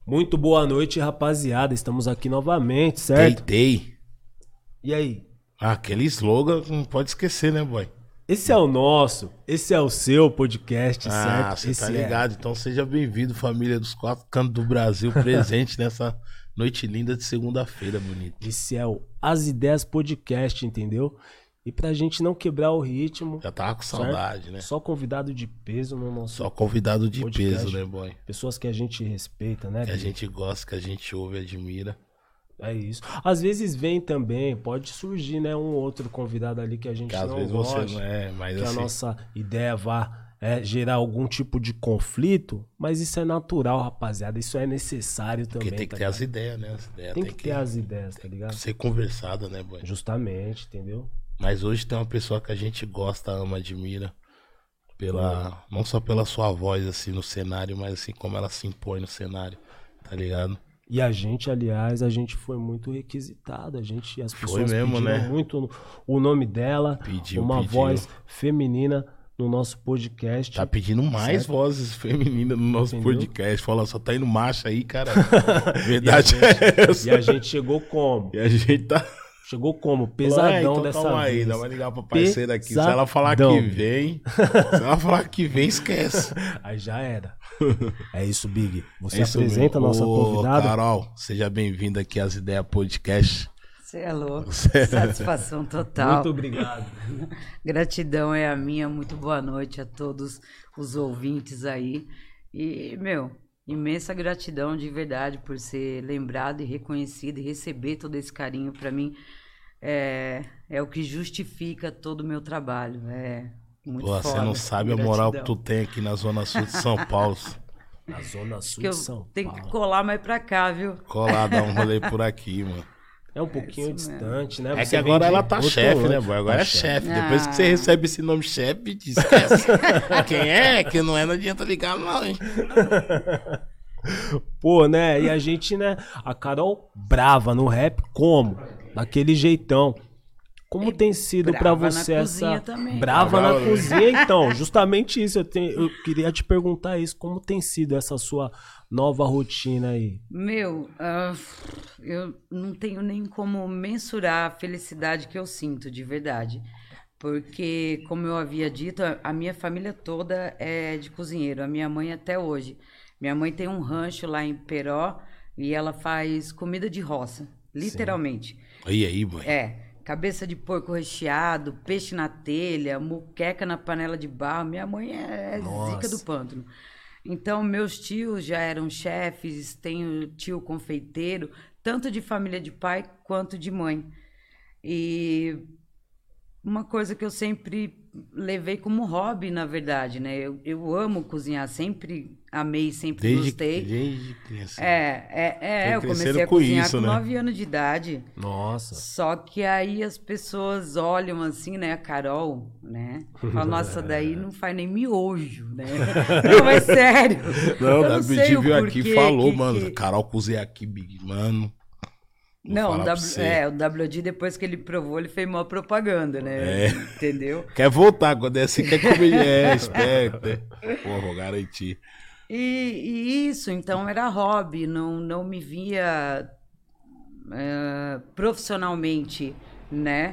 Muito boa noite, rapaziada. Estamos aqui novamente, certo? Tei. E aí? Aquele slogan não pode esquecer, né, boy? Esse é o nosso, esse é o seu podcast, certo? Ah, você tá ligado. Então seja bem-vindo, família dos 4 cantos do Brasil, presente nessa noite linda de segunda-feira, bonito. Esse é o As Ideias Podcast, entendeu? E pra gente não quebrar o ritmo... Já tava com saudade, certo? né? Só convidado de peso no nosso Só convidado de podcast. peso, né, boy? Pessoas que a gente respeita, né? Que a gente gosta, que a gente ouve e admira. É isso. Às vezes vem também, pode surgir, né, um outro convidado ali que a gente que às não vezes gosta, você não é, mas que assim... a nossa ideia vá gerar algum tipo de conflito, mas isso é natural, rapaziada. Isso é necessário também. Porque tem que ter as ideias, né? As ideias tem que ter as ideias, tá ligado? Ser conversada, né, boy? Justamente, entendeu? Mas hoje tem uma pessoa que a gente gosta, ama, admira. Não só pela sua voz, assim, no cenário, mas assim, como ela se impõe no cenário, tá ligado? E a gente, aliás, a gente foi muito requisitado. As pessoas mesmo, pediram né? muito o nome dela, Pediu. voz feminina no nosso podcast. Tá pedindo mais certo? Vozes femininas no nosso podcast. Fala, só tá indo macho aí, cara. E Verdade a gente, é essa. E a gente chegou como? E a gente tá... Chegou como? Pesadão então dessa calma vez. aí, vai ligar pra parceira aqui. Se Pesadão. ela falar que vem, esquece. Aí já era. É isso, Big. Você É isso apresenta a nossa Ô, convidada. Carol, seja bem-vinda aqui às Ideias Podcast. Você é louco. Satisfação total. Muito obrigado. Gratidão é a minha. Muito boa noite a todos os ouvintes aí. E, imensa gratidão de verdade por ser lembrado e reconhecido e receber todo esse carinho para mim. É o que justifica todo o meu trabalho. É muito Pô, foda. você não sabe a moral que tu tem aqui na Zona Sul de São Paulo. Na Zona Sul Que eu de São Paulo. tenho que colar mais pra cá, viu? Colar, dar um rolê por aqui, mano. É um pouquinho distante, né? É Você que agora vem de ela tá outro chefe, né, ângulo. boy? Agora Tá é chefe. Depois que você recebe esse nome chefe, esquece. Quem é? Quem não é, não adianta ligar, não, hein? Pô, né? E a gente, né? A Carol brava no rap, como? Daquele jeitão. Como tem sido pra brava você na essa... cozinha também. Brava Brava, na cozinha, então. Justamente isso. Eu queria te perguntar isso. Como tem sido essa sua nova rotina aí? Eu não tenho nem como mensurar a felicidade que eu sinto, de verdade. Porque, como eu havia dito, a minha família toda é de cozinheiro. A minha mãe até hoje. Minha mãe tem um rancho lá em Peró e ela faz comida de roça, literalmente. E aí, boy? Cabeça de porco recheado, peixe na telha, muqueca na panela de barro. Minha mãe é zica do pântano. Então, meus tios já eram chefes, tenho tio confeiteiro, tanto de família de pai quanto de mãe. E uma coisa que eu sempre levei como hobby, na verdade, né? Eu amo cozinhar, sempre amei, sempre gostei. Desde criança. Eu comecei a cozinhar isso, com né? 9 anos de idade. Nossa. Só que aí as pessoas olham assim, né? A Carol, né? Falam, nossa, daí não faz nem miojo, né? Não, é sério. Não, Eu a sei BD o viu aqui porquê e falou, que- mano. que- Carol cozinha aqui, Big, mano. Não, falar pra você. o WD, depois que ele provou, ele fez maior propaganda, né? Entendeu? Quer voltar, quando é assim, quer comer. Esperto, né? Pô, vou garantir. E isso, então, era hobby, não me via profissionalmente, né?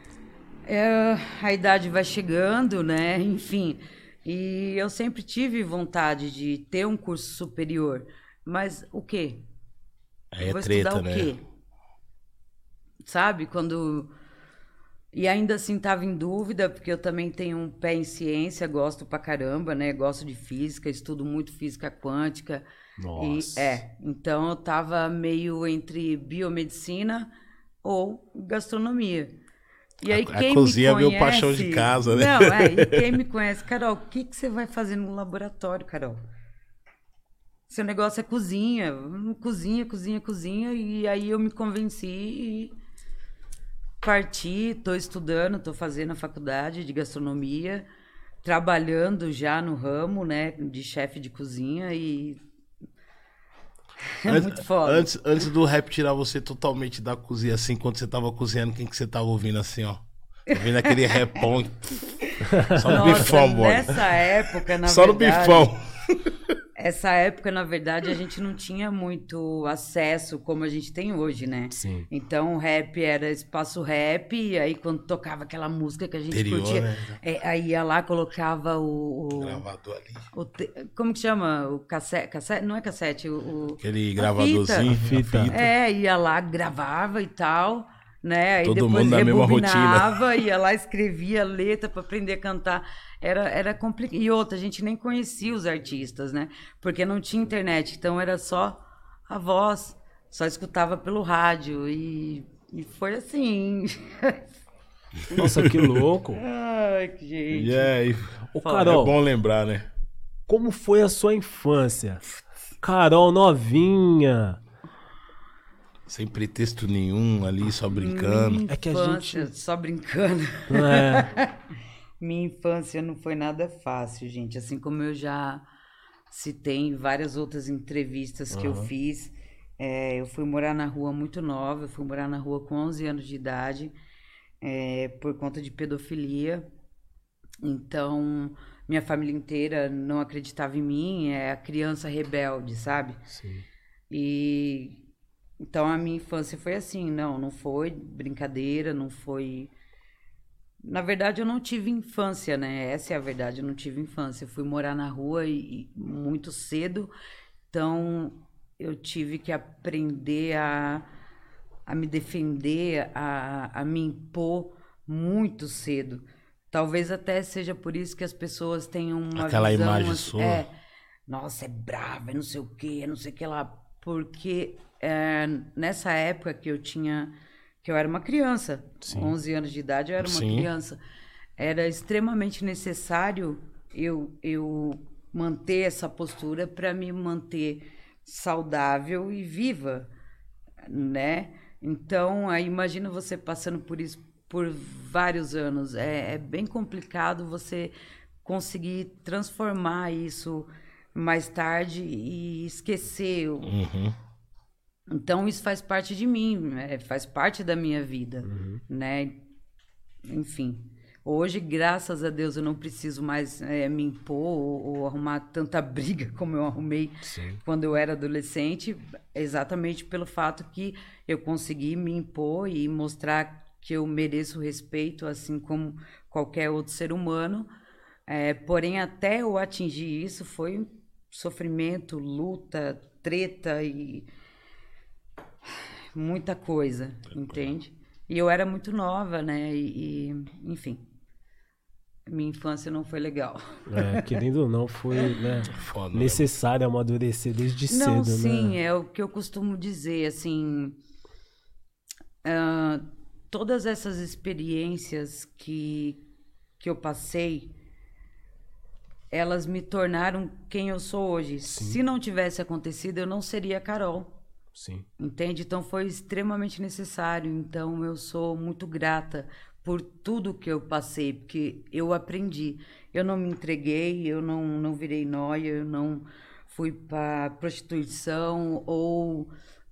A idade vai chegando, né? Enfim, e eu sempre tive vontade de ter um curso superior, mas o quê? Aí é Vou treta, estudar o né? quê? Sabe, quando... E ainda assim tava em dúvida, porque eu também tenho um pé em ciência, gosto pra caramba, né? Gosto de física, estudo muito física quântica. Nossa. Então eu tava meio entre biomedicina ou gastronomia. E aí, A cozinha é meu paixão de casa, né? Não, e quem me conhece, Carol, o que você vai fazer no laboratório, Carol? Seu negócio é cozinha, cozinha, e aí eu me convenci e parti, tô estudando, tô fazendo a faculdade de gastronomia, trabalhando já no ramo, né, de chefe de cozinha e é muito foda. Antes do rap tirar você totalmente da cozinha, assim, quando você tava cozinhando, quem que você tava ouvindo assim, ó? Ouvindo aquele repão. Só no bifão, boy. Nessa época, na Só verdade... no bifão. Essa época, na verdade, a gente não tinha muito acesso como a gente tem hoje, né? Sim. Então, o rap era espaço rap, e aí quando tocava aquela música que a gente Interior, curtia, né? aí ia lá, colocava Gravador ali. como que chama? O cassete, não é cassete, Aquele a gravadorzinho, fita. ia lá, gravava e tal, né? Aí Todo depois mundo na mesma rebobinava, ia lá, escrevia a letra para aprender a cantar. Era complicado. E outra, a gente nem conhecia os artistas, né? Porque não tinha internet, então era só a voz, só escutava pelo rádio e foi assim. Nossa, que louco. Ai, que gente. E aí, Ô, Carol, é bom lembrar, né? como foi a sua infância? Carol novinha. Sem pretexto nenhum ali, só brincando. Minha É que a infância, gente- só brincando. É, Minha infância não foi nada fácil, gente. Assim como eu já citei em várias outras entrevistas que eu fiz, eu fui morar na rua muito nova. Eu fui morar na rua com 11 anos de idade, por conta de pedofilia. Então, minha família inteira não acreditava em mim. É a criança rebelde, sabe? sim. E então a minha infância foi assim, não foi brincadeira, não foi. Na verdade, eu não tive infância, né? Essa é a verdade, eu não tive infância. Eu fui morar na rua e muito cedo, então eu tive que aprender a me defender, a me impor muito cedo. Talvez até seja por isso que as pessoas têm uma Aquela visão imagem assim, sua. nossa, é brava, é não sei o quê, é não sei o que lá. Porque nessa época que eu era uma criança, Sim. 11 anos de idade, eu era uma Sim. criança. Era extremamente necessário eu manter essa postura para me manter saudável e viva, né? Então, aí imagina você passando por isso por vários anos. É bem complicado você conseguir transformar isso mais tarde e esquecer. Uhum. Então, isso faz parte de mim, faz parte da minha vida, né? Enfim, hoje, graças a Deus, eu não preciso mais me impor ou arrumar tanta briga como eu arrumei quando eu era adolescente, exatamente pelo fato que eu consegui me impor e mostrar que eu mereço respeito, assim como qualquer outro ser humano. Porém, até eu atingir isso, foi sofrimento, luta, treta e muita coisa, entende? E eu era muito nova, né? Enfim, minha infância não foi legal. Querendo ou não, foi, né, Foda, né? necessário amadurecer desde Não, cedo, sim, né? é o que eu costumo dizer, assim, todas essas experiências que eu passei, elas me tornaram quem eu sou hoje. Se não tivesse acontecido, eu não seria a Carol. Sim. Entende? Então foi extremamente necessário. Então eu sou muito grata por tudo que eu passei, porque eu aprendi. Eu não me entreguei, eu não virei nóia, eu não fui para prostituição ou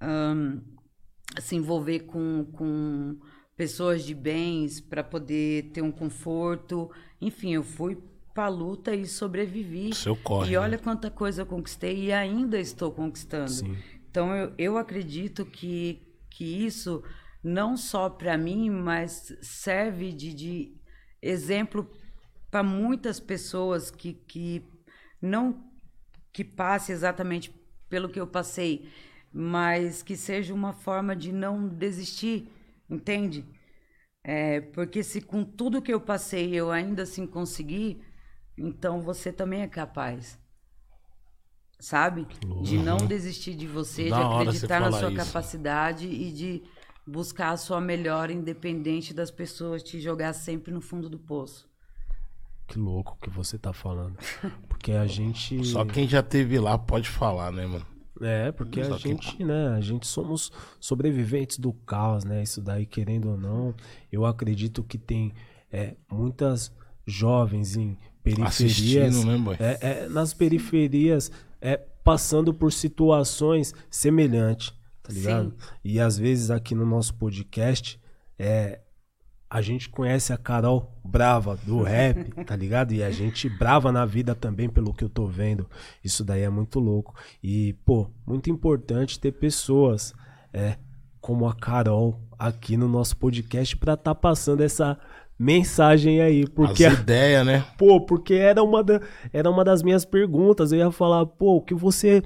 se envolver com pessoas de bens para poder ter um conforto. Enfim, eu fui para a luta e sobrevivi. Seu corre, E olha né? quanta coisa eu conquistei e ainda estou conquistando. Sim. Então, eu acredito que isso, não só para mim, mas serve de exemplo para muitas pessoas que não que passe exatamente pelo que eu passei, mas que seja uma forma de não desistir, entende? Porque se com tudo que eu passei eu ainda assim conseguir, então você também é capaz. Sabe? De não desistir de você, Da de hora acreditar você na falar sua isso. capacidade e de buscar a sua melhora, independente das pessoas te jogar sempre no fundo do poço. Que louco que você tá falando. Porque a gente... Só quem já teve lá pode falar, né, mano? Porque Só a quem- gente, né, a gente somos sobreviventes do caos, né? Isso daí, querendo ou não, eu acredito que tem muitas jovens em periferias, Assistindo, né, boy? nas periferias, passando por situações semelhantes, tá ligado? Sim. E às vezes aqui no nosso podcast, a gente conhece a Carol brava do rap, tá ligado? E a gente brava na vida também, pelo que eu tô vendo. Isso daí é muito louco. E, pô, muito importante ter pessoas como a Carol aqui no nosso podcast pra tá passando essa mensagem aí. Porque as ideias, né? Pô, porque era uma das minhas perguntas. Eu ia falar, pô, o que você...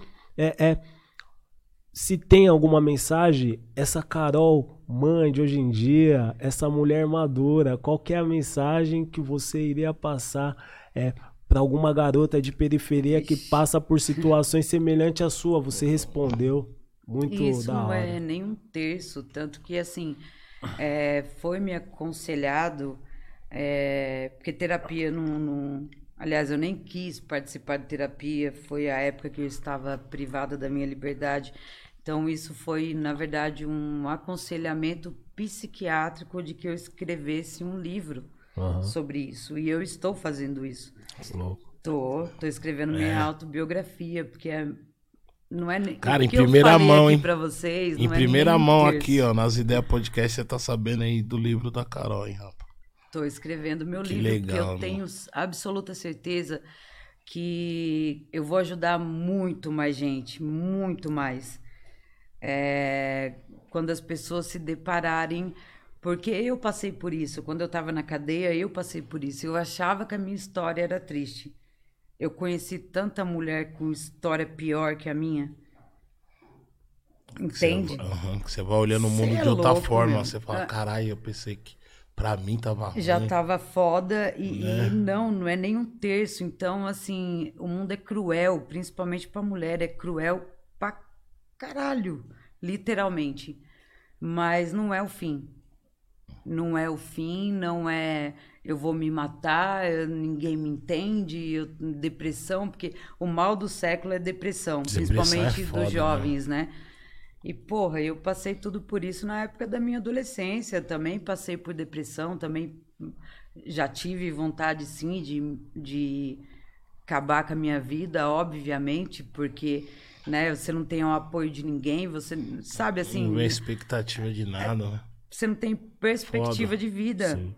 se tem alguma mensagem, essa Carol, mãe de hoje em dia, essa mulher madura, qual que é a mensagem que você iria passar para alguma garota de periferia que passa por situações semelhantes à sua? Você respondeu muito isso da hora. Não é nem um terço, tanto que assim, foi me aconselhado, porque terapia não... Aliás, eu nem quis participar de terapia, foi a época que eu estava privada da minha liberdade. Então, isso foi, na verdade, um aconselhamento psiquiátrico de que eu escrevesse um livro sobre isso. E eu estou fazendo isso. Louco. Tô escrevendo minha autobiografia, porque não é nem... Cara, em primeira mão, hein? Pra vocês, em primeira mão aqui, ó, nas Ideias Podcast, você tá sabendo aí do livro da Carol, hein, rapaz? Tô escrevendo meu livro, legal, porque eu tenho absoluta certeza que eu vou ajudar muito mais gente, muito mais. Quando as pessoas se depararem, porque eu passei por isso, quando eu estava na cadeia, eu passei por isso. Eu achava que a minha história era triste. Eu conheci tanta mulher com história pior que a minha. Entende? Você vai olhando o mundo de outra forma, meu. Você fala, caralho, eu pensei que pra mim tava ruim. Já tava foda e não é nem um terço. Então, assim, o mundo é cruel, principalmente pra mulher, é cruel pra caralho, literalmente. Mas não é o fim. Não é o fim, não é eu vou me matar, ninguém me entende, depressão, porque o mal do século é depressão principalmente foda, dos jovens, né? E, porra, eu passei tudo por isso na época da minha adolescência. Também passei por depressão, também já tive vontade, sim, de acabar com a minha vida, obviamente, porque, né, você não tem o apoio de ninguém, você sabe, assim... Não vem expectativa de nada, né? Você não tem perspectiva de vida. Sim.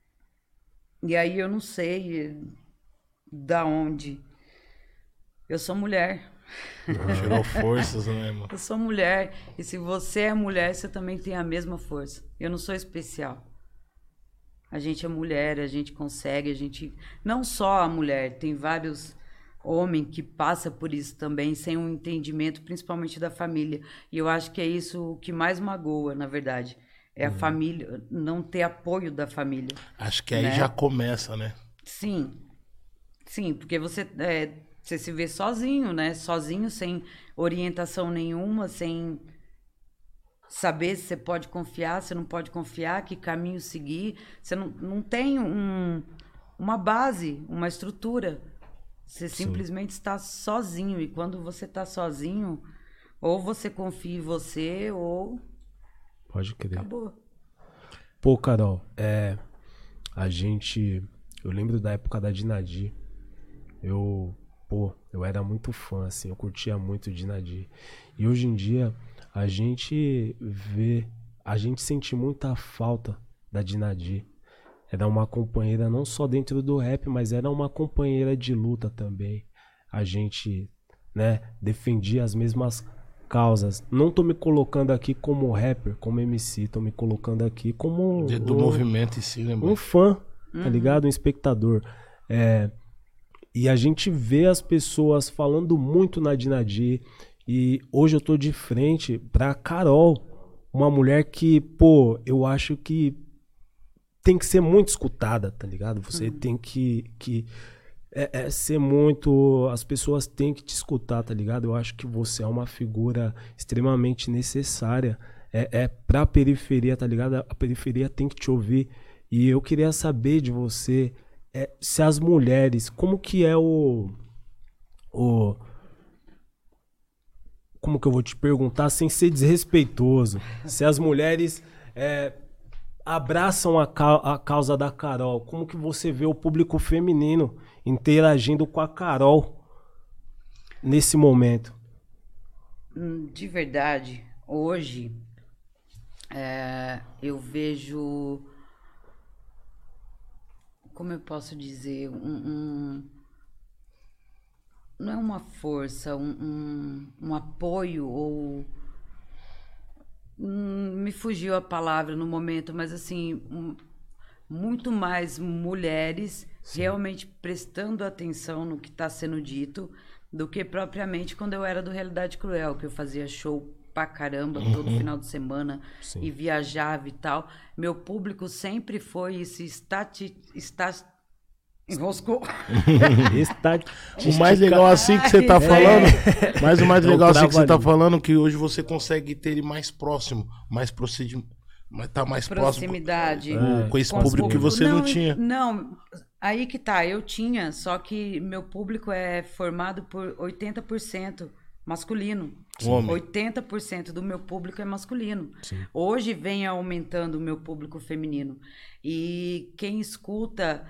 E aí eu não sei da onde. Eu sou mulher. Tirou forças, né, mano? Eu sou mulher. E se você é mulher, você também tem a mesma força. Eu não sou especial. A gente é mulher, a gente consegue, a gente... Não só a mulher, tem vários homens que passam por isso também, sem um entendimento, principalmente da família. E eu acho que é isso que mais magoa, na verdade. É a família, não ter apoio da família. Acho que aí já começa, né? Sim. Sim, porque você se vê sozinho, né? Sozinho, sem orientação nenhuma, sem saber se você pode confiar, se não pode confiar, que caminho seguir. Você não tem uma base, uma estrutura. Você simplesmente está sozinho. E quando você está sozinho, ou você confia em você, ou... Pode crer. Acabou. Pô, Carol, eu lembro da época da Dinadi. Eu era muito fã, assim, eu curtia muito Dinadi. E hoje em dia, a gente sente muita falta da Dinadi. Era uma companheira não só dentro do rap, mas era uma companheira de luta também. A gente, né, defendia as mesmas causas. Não tô me colocando aqui como rapper, como MC, tô me colocando aqui como do movimento em si, né, mano? Um fã, tá ligado? Um espectador. E a gente vê as pessoas falando muito na Dinadi. E hoje eu tô de frente pra Carol, uma mulher que, pô, eu acho que tem que ser muito escutada, tá ligado? Você tem que ser muito... As pessoas têm que te escutar, tá ligado? Eu acho que você é uma figura extremamente necessária pra periferia, tá ligado? A periferia tem que te ouvir. E eu queria saber de você se as mulheres... Como que é como que eu vou te perguntar sem ser desrespeitoso? Se as mulheres... abraçam a causa da Carol. Como que você vê o público feminino interagindo com a Carol nesse momento? De verdade, hoje eu vejo como eu posso dizer, não é uma força, um apoio ou me fugiu a palavra no momento, mas assim, muito mais mulheres realmente prestando atenção no que está sendo dito do que propriamente quando eu era do Realidade Cruel, que eu fazia show pra caramba todo final de semana e viajava e tal. Meu público sempre foi esse enroscou. O mais legal assim que você tá falando, mas o mais legal assim que você tá falando que hoje você consegue ter ele mais próximo, mais procedimento, mas tá mais proximidade próximo com esse público que você não tinha. Não, aí que tá, eu tinha, só que meu público é formado por 80% masculino. Homem. 80% do meu público é masculino. Hoje vem aumentando o meu público feminino. E quem escuta,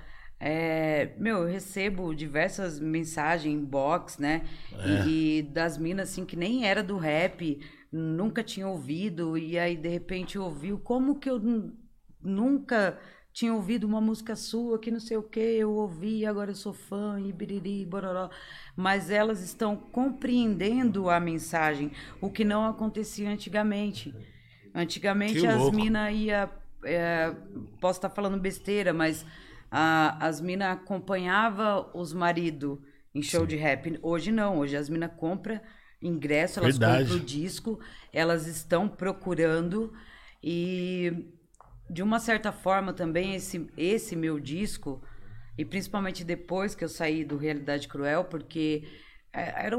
eu recebo diversas mensagens, inbox, né? E das minas assim que nem era do rap, nunca tinha ouvido, e aí de repente ouviu, como que eu nunca tinha ouvido uma música sua, que não sei o que, eu ouvi, agora eu sou fã, e biriri, bororó. Mas elas estão compreendendo a mensagem, o que não acontecia antigamente. Antigamente as minas iam, posso estar falando besteira, mas as minas acompanhavam os maridos em show de rap. Hoje não, hoje as minas compram ingresso, elas compram o disco, elas estão procurando e... De uma certa forma também esse meu disco, e principalmente depois que eu saí do Realidade Cruel, porque era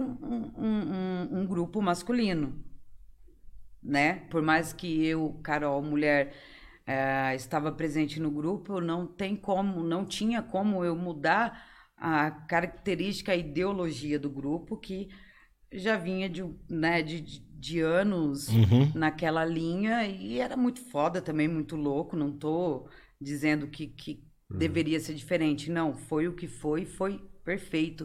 um grupo masculino, né? Por mais que eu, Carol, mulher, estava presente no grupo, não tinha como eu mudar a característica, a ideologia do grupo, que já vinha de anos naquela linha, e era muito foda também, muito louco. Não tô dizendo que deveria ser diferente, não, foi o que foi perfeito.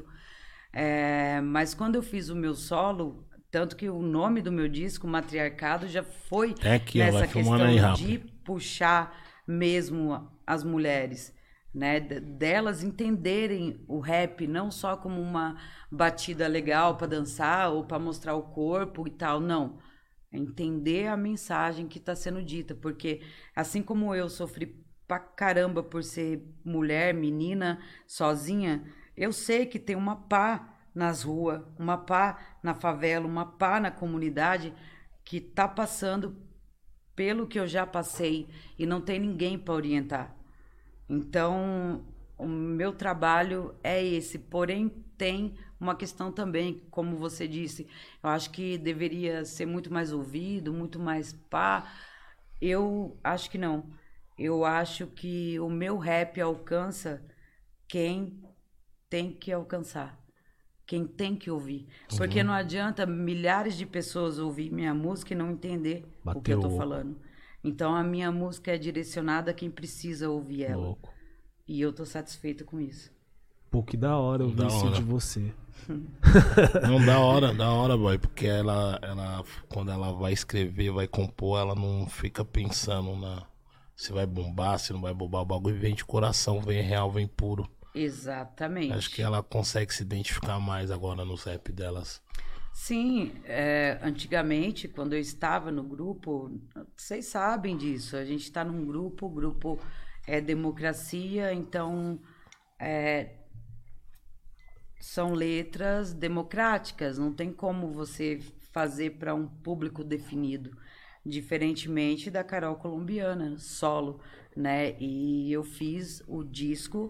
Mas quando eu fiz o meu solo, tanto que o nome do meu disco, Matriarcado, já foi nessa questão de puxar mesmo as mulheres, né, delas entenderem o rap não só como uma batida legal para dançar ou para mostrar o corpo e tal, não. Entender a mensagem que está sendo dita, porque assim como eu sofri pra caramba por ser mulher, menina, sozinha, eu sei que tem uma pá nas ruas, uma pá na favela, uma pá na comunidade que tá passando pelo que eu já passei e não tem ninguém para orientar. Então, o meu trabalho é esse, porém tem uma questão também, como você disse, eu acho que deveria ser muito mais ouvido, muito mais pá. Eu acho que não. Eu acho que o meu rap alcança quem tem que alcançar, quem tem que ouvir. Porque não adianta milhares de pessoas ouvir minha música e não entender o que eu tô falando. Então, a minha música é direcionada a quem precisa ouvir ela. Louco. E eu tô satisfeita com isso. Pô, que da hora ouvir isso de você. Não, da hora, boy. Porque ela, quando ela vai escrever, vai compor, ela não fica pensando se vai bombar, se não vai bombar. O bagulho vem de coração, vem real, vem puro. Exatamente. Acho que ela consegue se identificar mais agora nos rap delas. Sim, antigamente, quando eu estava no grupo, vocês sabem disso, a gente está num grupo, o grupo é democracia, então são letras democráticas, não tem como você fazer para um público definido, diferentemente da Carol Colombiana, solo, né? E eu fiz o disco...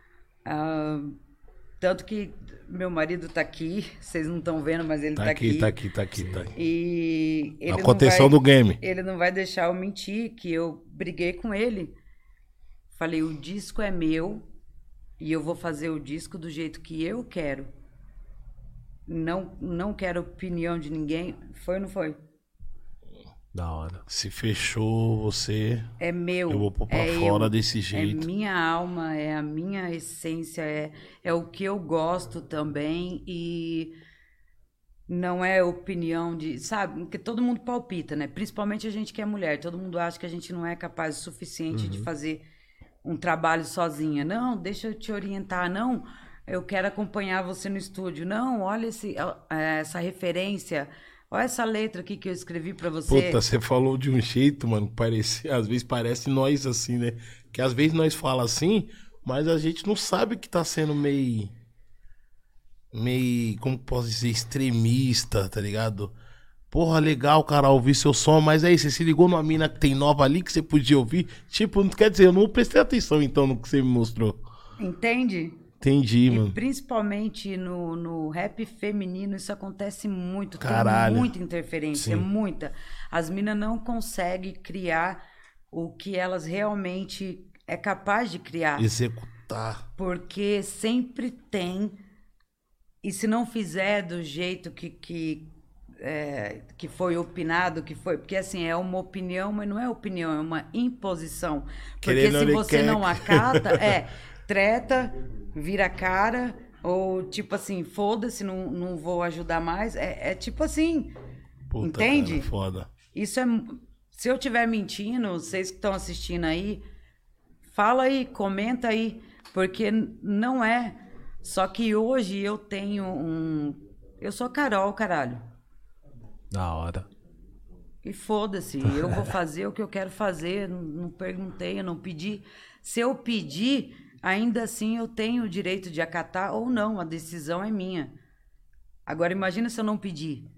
tanto que meu marido tá aqui, vocês não estão vendo, mas ele tá aqui. Tá aqui. E ele a contenção do game. Ele não vai deixar eu mentir, que eu briguei com ele. Falei, o disco é meu e eu vou fazer o disco do jeito que eu quero. Não quero opinião de ninguém. Foi ou não foi? Da hora. Se fechou, você... É meu. Eu vou pôr pra fora desse jeito. É minha alma, é a minha essência, é o que eu gosto também. E não é opinião de... Sabe? Porque todo mundo palpita, né? Principalmente a gente que é mulher. Todo mundo acha que a gente não é capaz o suficiente de fazer um trabalho sozinha. Não, deixa eu te orientar. Não, eu quero acompanhar você no estúdio. Não, olha essa referência. Olha essa letra aqui que eu escrevi pra você. Puta, você falou de um jeito, mano, às vezes parece nós assim, né? Que às vezes nós fala assim, mas a gente não sabe que tá sendo meio, como posso dizer, extremista, tá ligado? Porra, legal, cara, ouvir seu som, mas aí, você se ligou numa mina que tem nova ali que você podia ouvir? Tipo, quer dizer, eu não prestei atenção então no que você me mostrou. Entende? Entendi, mano. Principalmente no rap feminino, isso acontece muito. Caralho. Tem muita interferência, Sim. muita. As minas não conseguem criar o que elas realmente é capaz de criar. Executar. Porque sempre tem, e se não fizer do jeito que foi opinado, porque assim, é uma opinião, mas não é opinião, é uma imposição. Porque Querendo se ele você quer. não acata, treta, vira a cara, ou tipo assim, foda-se, não vou ajudar mais. É tipo assim, Puta, entende? cara, foda. Isso é. Se eu estiver mentindo, vocês que estão assistindo aí, fala aí, comenta aí, porque não é. Só que hoje eu tenho eu sou Carol, caralho. Da hora. E foda-se, eu vou fazer o que eu quero fazer, não perguntei, eu não pedi. Se eu pedir, ainda assim eu tenho o direito de acatar ou não, a decisão é minha. Agora imagina se eu não pedir.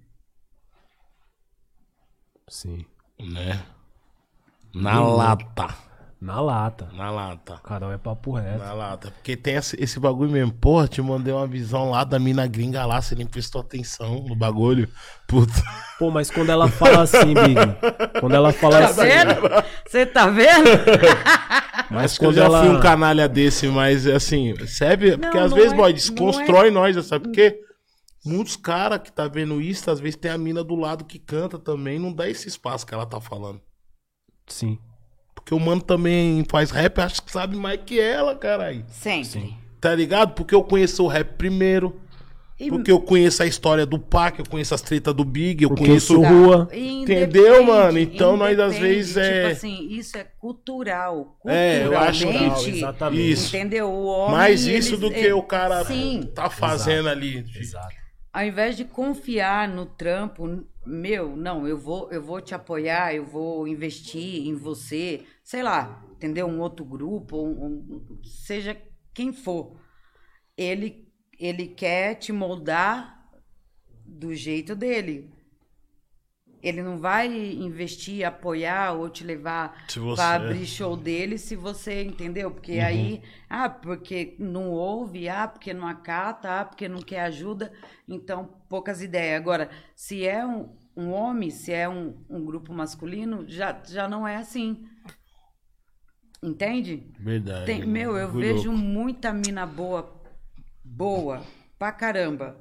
Sim. Né? Na lata. Na lata. Na lata. Carol é papo reto. Na lata. Porque tem esse bagulho mesmo. Porra, te mandei uma visão lá da mina gringa lá, você nem prestou atenção no bagulho. Puta. Pô, mas quando ela fala assim, Big, quando ela fala Tá assim... vendo? Você tá vendo? Mas Acho que eu quando já ela... fui um canalha desse, mas assim, serve, porque Não, às não vezes, é- boy, não desconstrói nós, sabe? Porque muitos caras que tá vendo isso, às vezes tem a mina do lado que canta também, não dá esse espaço que ela tá falando. Sim. Porque o mano também faz rap, acho que sabe mais que ela, caralho. Sempre. Tá ligado? Porque eu conheço o rap primeiro. E- Porque eu conheço a história do Pac, eu conheço as tretas do Big, eu Porque conheço eu sou rua. Entendeu, mano? Então, nós, às vezes, Tipo assim, isso é cultural. É, eu acho que- Culturalmente, exatamente. Isso. entendeu? O homem, mais isso do que ele- o cara Sim. tá fazendo ali. Exato. Ao invés de confiar no trampo, não, eu vou te apoiar, eu vou investir em você, sei lá, entendeu? Um outro grupo, seja quem for. Ele quer te moldar do jeito dele. Ele não vai investir, apoiar ou te levar Se você- para abrir show dele se você, entendeu? Porque aí, porque não ouve, porque não acata, porque não quer ajuda, então poucas ideias. Agora, se é um homem, se é um grupo masculino, já não é assim. Entende? Verdade. Eu Muito vejo louco. muita mina boa pra caramba.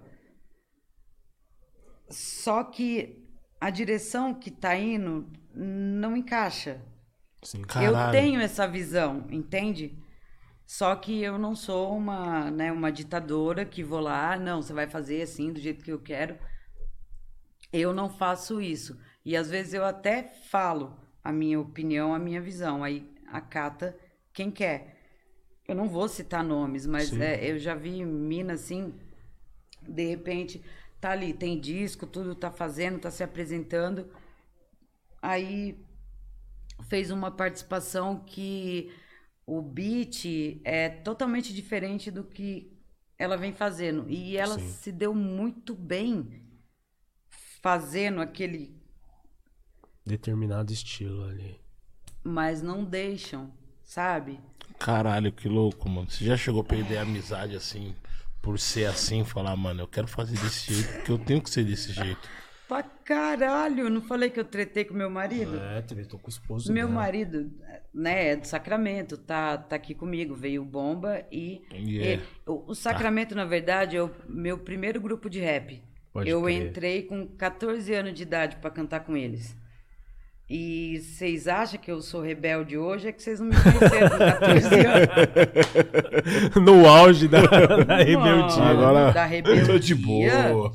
Só que a direção que tá indo não encaixa. Sim. Caralho. Eu tenho essa visão, entende? Só que eu não sou uma ditadora que vou lá, não, você vai fazer assim, do jeito que eu quero. Eu não faço isso. E às vezes eu até falo a minha opinião, a minha visão. Aí acata quem quer. Eu não vou citar nomes, mas eu já vi mina assim, de repente, tá ali, tem disco, tudo tá fazendo, tá se apresentando. Aí fez uma participação que o beat é totalmente diferente do que ela vem fazendo. E ela Sim. se deu muito bem fazendo aquele... Determinado estilo ali. Mas não deixam, sabe? Caralho, que louco, mano. Você já chegou a perder a amizade assim, por ser assim, falar, mano, eu quero fazer desse jeito, porque eu tenho que ser desse jeito. Pra caralho! Não falei que eu tretei com meu marido? Tretou com o esposo Meu dela. marido, né, é do Sacramento, tá aqui comigo, veio o Bomba e o Sacramento, na verdade, é o meu primeiro grupo de rap. Pode eu crer. entrei com 14 anos de idade pra cantar com eles. E vocês acham que eu sou rebelde hoje? É que vocês não me conheceram com 14 anos. No auge da rebeldia. Mano, Agora da rebeldia. eu tô de boa.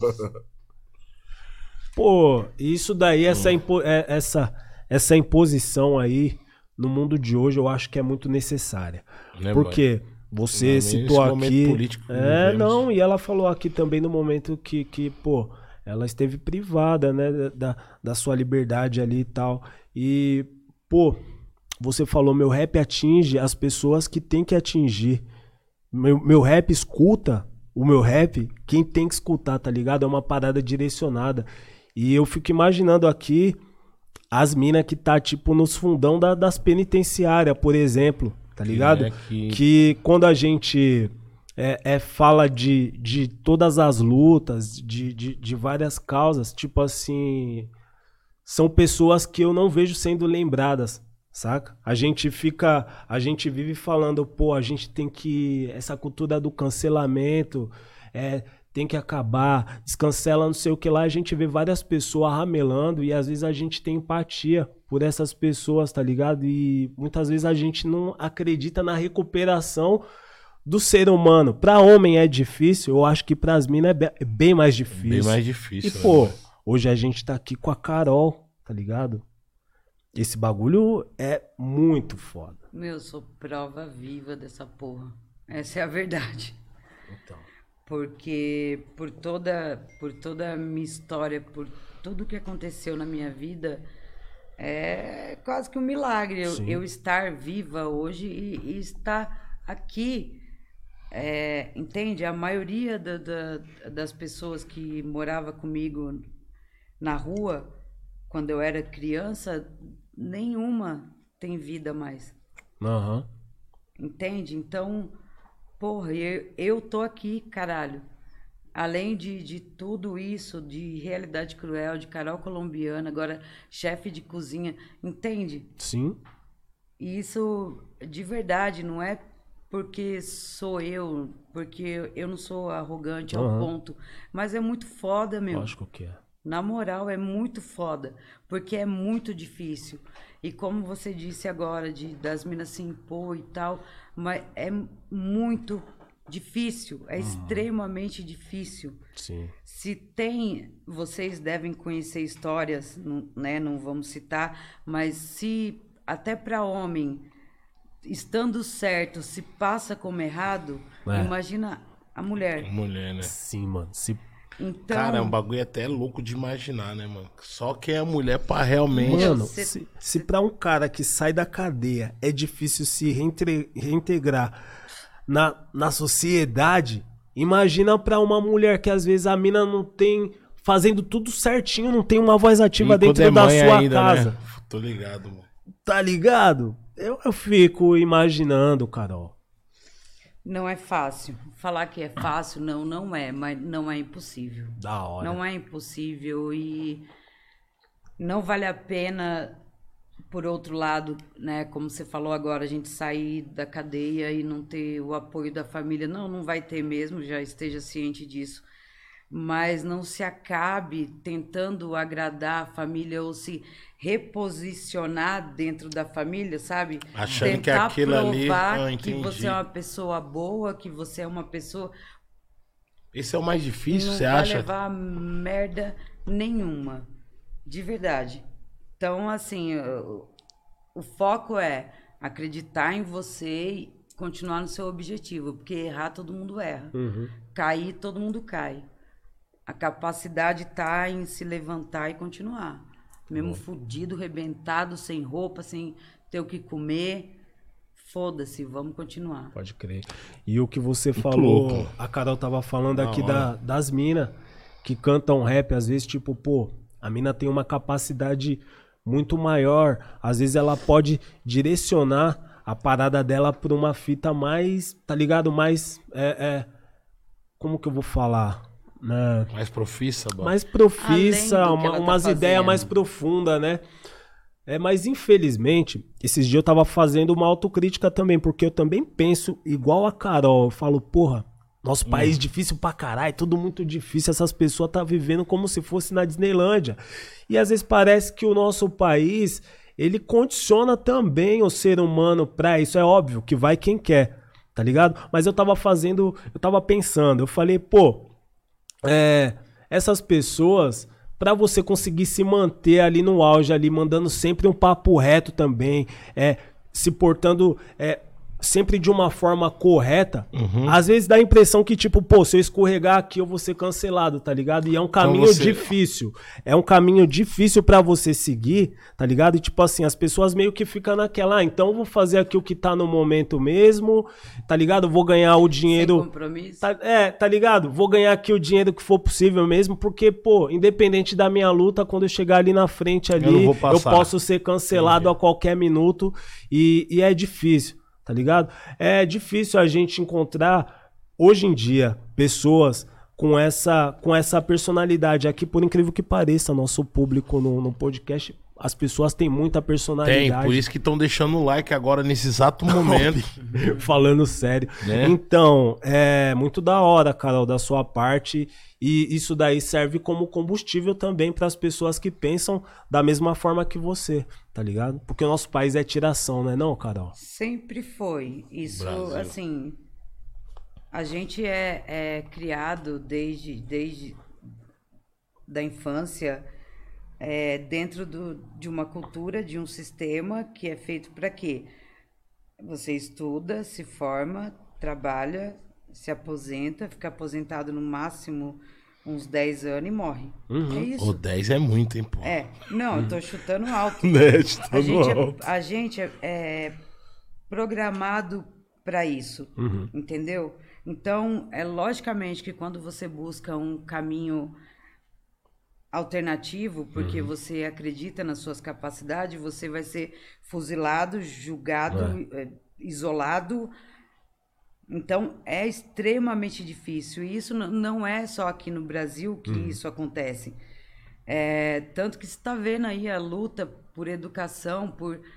Pô, isso daí, essa imposição aí no mundo de hoje, eu acho que é muito necessária. Né, Porque você citou aqui... político que não, e ela falou aqui também no momento que pô, ela esteve privada, né, da sua liberdade ali e tal. E, pô, você falou, meu rap atinge as pessoas que tem que atingir. Meu rap escuta o meu rap, quem tem que escutar, tá ligado? É uma parada direcionada. E eu fico imaginando aqui as minas que tá, tipo, nos fundão das penitenciárias, por exemplo, tá ligado? Que quando a gente fala de todas as lutas, de várias causas, tipo assim, são pessoas que eu não vejo sendo lembradas, saca? A gente vive falando, pô, a gente tem que, essa cultura do cancelamento, tem que acabar, descancela não sei o que lá, a gente vê várias pessoas ramelando e às vezes a gente tem empatia por essas pessoas, tá ligado? E muitas vezes a gente não acredita na recuperação do ser humano. Pra homem é difícil, eu acho que pras minas é bem mais difícil. Bem mais difícil. E pô, hoje a gente tá aqui com a Carol, tá ligado? Esse bagulho é muito foda. Meu, eu sou prova viva dessa porra. Essa é a verdade. Então. Porque por toda a minha história, por tudo que aconteceu na minha vida, é quase que um milagre eu estar viva hoje e estar aqui. Entende? A maioria das pessoas que morava comigo na rua, quando eu era criança, nenhuma tem vida mais. Uhum. Entende? Então, porra, eu tô aqui, caralho. Além de tudo isso, de Realidade Cruel, de Carol Colombiana, agora chefe de cozinha, entende? Sim. E isso, de verdade, não é porque sou eu, porque eu não sou arrogante ao ponto, mas é muito foda, meu. Lógico que é. Na moral, é muito foda, porque é muito difícil. E como você disse agora, das minas se impor e tal, mas é muito difícil, é extremamente difícil. Sim. Se tem, vocês devem conhecer histórias, né, não vamos citar, mas se até para homem, estando certo, se passa como errado, imagina a mulher. Mulher, né? Sim, mano. Então, cara, é um bagulho até louco de imaginar, né, mano? Só que é mulher pra realmente... Mano, se pra um cara que sai da cadeia é difícil se reintegrar na sociedade, imagina pra uma mulher que às vezes a mina não tem... Fazendo tudo certinho, não tem uma voz ativa dentro da sua ainda, casa. Né? Tô ligado, mano. Tá ligado? Eu fico imaginando, Carol. Não é fácil. Falar que é fácil, não é, mas não é impossível. Da hora. Não é impossível e não vale a pena, por outro lado, né, como você falou agora, a gente sair da cadeia e não ter o apoio da família. Não vai ter mesmo, já esteja ciente disso. Mas não se acabe tentando agradar a família ou se reposicionar dentro da família, sabe? Achando que aquilo ali... que você é uma pessoa boa, que você é uma pessoa... Esse é o mais difícil, você Não acha? vai levar merda nenhuma. De verdade. Então, assim, o foco é acreditar em você e continuar no seu objetivo. Porque errar, todo mundo erra. Cair, todo mundo cai. A capacidade tá em se levantar e continuar. Mesmo fudido, rebentado, sem roupa, sem ter o que comer. Foda-se, vamos continuar. Pode crer. E o que você falou, a Carol tava falando aqui das minas que cantam rap, às vezes, tipo, pô, a mina tem uma capacidade muito maior. Às vezes ela pode direcionar a parada dela pra uma fita mais, tá ligado? Mais, como que eu vou falar? Né? Mais profissa, bom. Mais profissa, umas ideias mais profundas, né? Mas infelizmente, esses dias eu tava fazendo uma autocrítica também, porque eu também penso igual a Carol. Eu falo, porra, nosso país difícil pra caralho, tudo muito difícil, essas pessoas tá vivendo como se fosse na Disneylândia. E às vezes parece que o nosso país, ele condiciona também o ser humano pra isso. É óbvio que vai quem quer, tá ligado? Mas eu tava pensando, eu falei, pô, essas pessoas pra você conseguir se manter ali no auge, ali, mandando sempre um papo reto também, se portando sempre de uma forma correta, às vezes dá a impressão que, tipo, pô, se eu escorregar aqui eu vou ser cancelado, tá ligado? E é um caminho difícil. É um caminho difícil pra você seguir, tá ligado? E, tipo assim, as pessoas meio que ficam naquela, então eu vou fazer aqui o que tá no momento mesmo, tá ligado? Vou ganhar o dinheiro... Sem compromisso. Tá ligado? Vou ganhar aqui o dinheiro que for possível mesmo, porque, pô, independente da minha luta, quando eu chegar ali na frente ali, eu posso ser cancelado a qualquer minuto e é difícil. Tá ligado? É difícil a gente encontrar, hoje em dia, pessoas com essa personalidade. Aqui, por incrível que pareça, nosso público no podcast, as pessoas têm muita personalidade. Tem, por isso que estão deixando o like agora nesse exato momento. Falando sério. Então, é muito da hora, Carol, da sua parte. E isso daí serve como combustível também para as pessoas que pensam da mesma forma que você, tá ligado? Porque o nosso país é tiração, né, não, Carol? Sempre foi. Isso, Brasil. assim, a gente é criado desde da infância dentro de uma cultura, de um sistema que é feito para quê? Você estuda, se forma, trabalha, se aposenta, fica aposentado no máximo uns 10 anos e morre. É isso. O 10 é muito, hein, pô. Não, eu tô chutando alto. A gente é programado para isso, entendeu? Então, logicamente que quando você busca um caminho alternativo, porque você acredita nas suas capacidades, você vai ser fuzilado, julgado, isolado. Então, é extremamente difícil. E isso não é só aqui no Brasil que isso acontece. Tanto que você está vendo aí a luta por educação,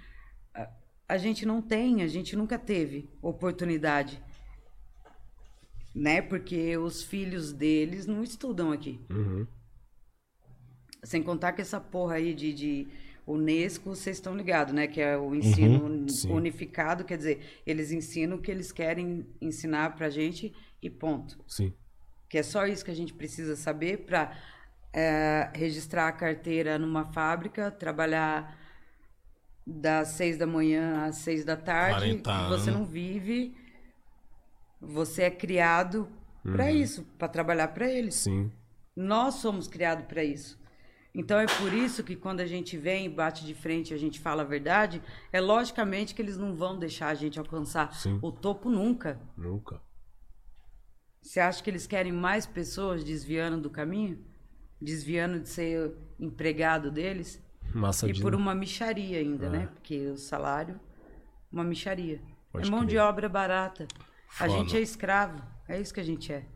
a gente não tem, a gente nunca teve oportunidade. Né? Porque os filhos deles não estudam aqui. Sem contar que essa porra aí de Unesco, vocês estão ligados, né? Que é o ensino unificado, quer dizer, eles ensinam o que eles querem ensinar pra gente e ponto. Sim. Que é só isso que a gente precisa saber para registrar a carteira numa fábrica, trabalhar das 6 da manhã às 6 da tarde, você não vive, você é criado para isso, para trabalhar para eles. Sim. Nós somos criados para isso. Então é por isso que quando a gente vem, bate de frente, a gente fala a verdade, logicamente que eles não vão deixar a gente alcançar o topo nunca. Nunca. Você acha que eles querem mais pessoas desviando do caminho? Desviando de ser empregado deles? Massa e por uma mixaria ainda, né? Porque o salário, uma mixaria. Pode mão crer. de obra barata. Foda. A gente é escravo. É isso que a gente é.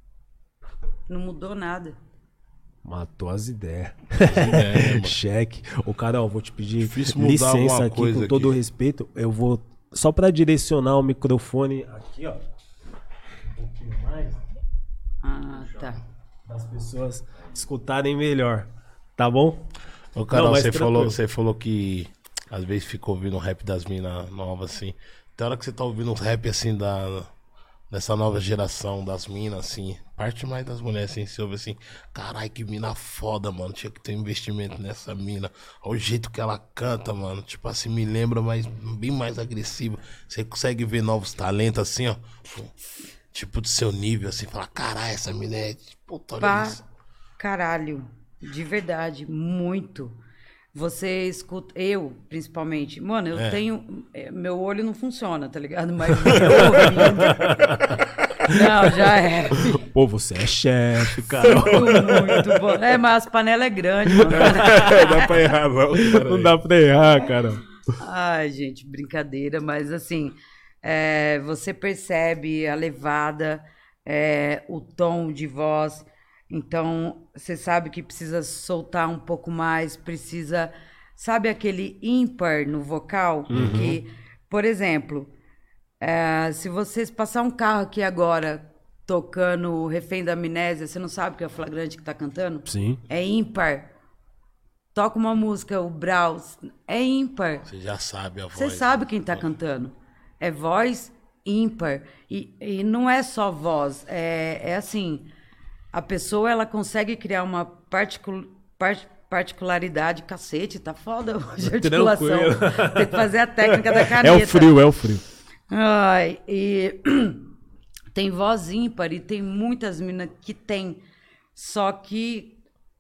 Não mudou nada. Matou as ideias. Mano. Cheque. Ô, Carol, vou te pedir Difícil mudar licença alguma aqui, coisa com todo o aqui. respeito. Eu vou, só pra direcionar o microfone aqui, ó. Um pouquinho mais, Ah, tá. para as pessoas escutarem melhor. Tá bom? Ô, Carol, Não, mas você falou que às vezes fica ouvindo o rap das minas novas, assim. Tem hora que você tá ouvindo o rap, assim, dessa nova geração das minas, assim. Parte mais das mulheres, assim, você ouve assim, carai, que mina foda, mano. Tinha que ter investimento nessa mina. Olha o jeito que ela canta, mano. Tipo assim, me lembra, mas bem mais agressiva. Você consegue ver novos talentos, assim, ó. Tipo, do seu nível, assim, falar, caralho, essa mina é. Puta, olha isso. Caralho. De verdade. Muito. Você escuta. Eu, principalmente. Mano, eu tenho. Meu olho não funciona, tá ligado? Mas meu ouvido. Não, já é. Pô, você é chefe, Carol. Muito bom. Mas as panelas é grande, mano. Não dá pra errar, não. Não dá pra errar, Carol. Ai, gente, brincadeira, mas assim, você percebe a levada, o tom de voz, então você sabe que precisa soltar um pouco mais, precisa, sabe aquele ímpar no vocal? Que, por exemplo, se vocês passar um carro aqui agora tocando o Refém da Amnésia, você não sabe que é o Flagrante que tá cantando? Sim. É ímpar. Toca uma música, o Braus, é ímpar. Você já sabe a voz. Você sabe quem tá cantando. É voz ímpar. E não é só voz. É assim, a pessoa ela consegue criar uma particularidade, cacete, tá foda hoje a articulação. Tem que fazer a técnica da caneta. É o frio. Ai, e tem voz ímpar e tem muitas minas que tem, só que,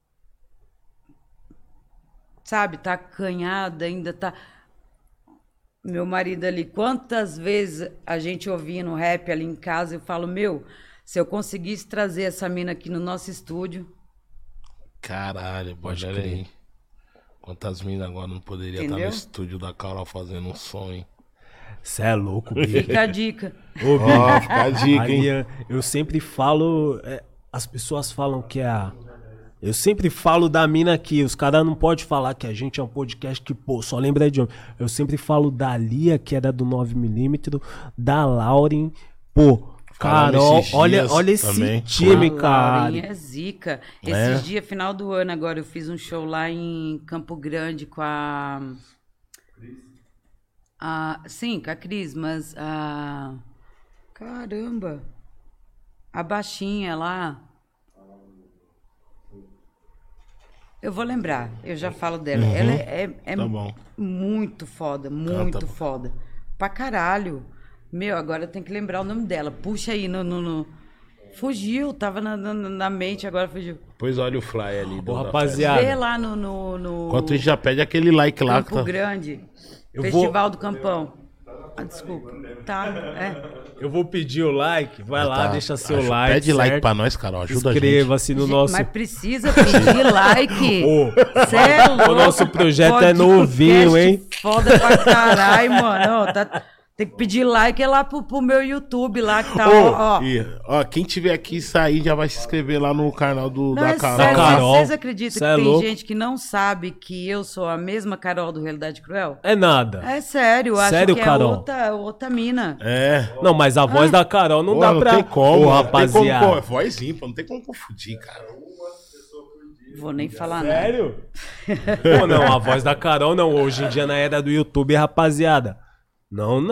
sabe, tá acanhada, ainda tá... Meu marido ali, quantas vezes a gente ouvia no rap ali em casa, eu falo, se eu conseguisse trazer essa mina aqui no nosso estúdio... Caralho, pode crer. Quantas minas agora não poderia estar no estúdio da Carol fazendo um som, hein? Cê é louco, Bi. Fica a dica. Ô, Bi, fica a dica, hein? Eu sempre falo... as pessoas falam que é a... Eu sempre falo da mina aqui, os caras não podem falar que a gente é um podcast que, pô, só lembra de homem. Eu sempre falo da Lia, que era do 9mm, da Lauren, pô, Carol, olha esse também. Time, cara. Lauren é zica. Esses dias, final do ano agora, eu fiz um show lá em Campo Grande com a... Sim, com a Cris, mas a... Caramba! A baixinha lá... Eu vou lembrar, eu já falo dela. Ela é tá bom. Muito foda, muito foda. Pra caralho. Agora eu tenho que lembrar o nome dela. Puxa aí no... Fugiu, tava na mente, agora fugiu. Depois olha o fly ali. Rapaziada. Vê lá no... Enquanto a gente já pede aquele like lá. Campo Grande. Festival do Campão. Desculpa. Tá, Eu vou pedir o like. Vai lá, deixa seu like. Pede like pra nós, Carol. Ajuda a gente. Inscreva-se no nosso... Mas precisa pedir like. Cê é louco. O nosso projeto é novinho, hein? Foda pra caralho, mano. Tem que pedir like lá pro meu YouTube lá que tá, ó, quem tiver aqui e sair já vai se inscrever lá no canal da Carol. Sério, vocês acreditam que tem gente que não sabe que eu sou a mesma Carol do Realidade Cruel? É nada. É sério, acho que Carol? É outra mina. Não, mas a voz da Carol não dá pra... Não tem como, rapaziada. Não tem como, voz ímpar, não tem como confundir, cara. Vou nem falar nada. Sério? Pô, não, a voz da Carol não. Hoje em dia na era do YouTube, rapaziada. Não,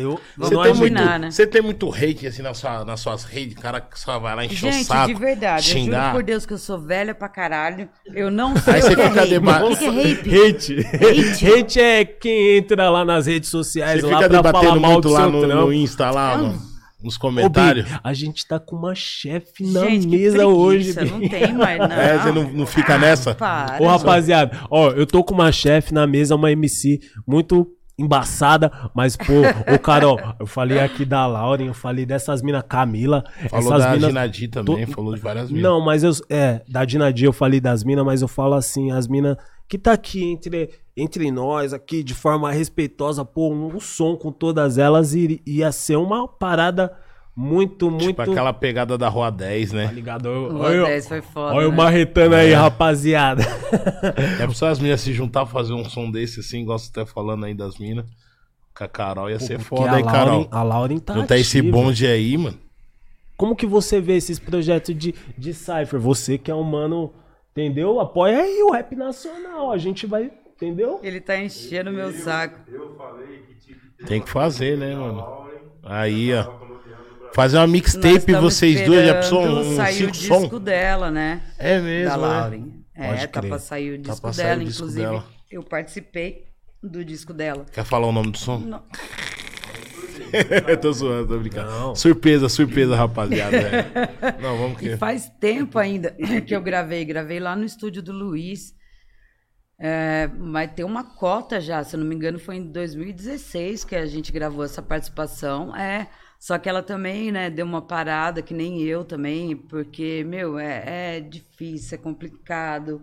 Você tem muito hate assim nas suas redes, cara que só vai lá encher o saco. Gente, de verdade, xingar. Eu juro por Deus que eu sou velha pra caralho. Eu não sei o que é hate. O que é hate? Hate é quem entra lá nas redes sociais você lá fica pra falar mal do lá seu trampo. No Insta lá, nos comentários. Ô, Bi, a gente tá com uma chefe na mesa hoje, Bi. Não tem mais, não. Você não fica nessa? Para, ô, rapaziada, eu tô com uma chefe na mesa, uma MC muito... embaçada, mas pô, ô Carol, eu falei aqui da Lauren, eu falei dessas minas, Camila, falou essas da minas, Dinadi também, falou de várias minas. Não, mas da Dinadi eu falei das minas, mas eu falo assim, as minas que tá aqui entre nós aqui de forma respeitosa, pô, um som com todas elas ia ser uma parada muito... aquela pegada da Rua 10, né? Tá ligado? Rua 10 foi foda. Olha o marretando aí, rapaziada. É pra as minas se juntar, fazer um som desse assim, igual você tá falando aí das minas. Com a Carol ia ser foda aí, Carol. A Lauren tá juntar esse bonde aí, mano. Como que você vê esses projetos de Cypher? Você que é um mano, entendeu? Apoia aí o rap nacional, a gente vai, entendeu? Ele tá enchendo o meu saco. Tem que fazer, né, mano? Aí, ó. Fazer uma mixtape vocês dois, já pensou um saiu o disco dela, né? É mesmo, da Lauren. Tá pra sair o disco dela, inclusive. Eu participei do disco dela. Quer falar o nome do som? Não. Tô zoando, tô brincando. Não. Surpresa, rapaziada. Não, vamos que... E faz tempo ainda que eu gravei lá no estúdio do Luiz. Mas tem uma cota já, se eu não me engano, foi em 2016 que a gente gravou essa participação. Só que ela também, né, deu uma parada, que nem eu também, porque, é difícil, é complicado.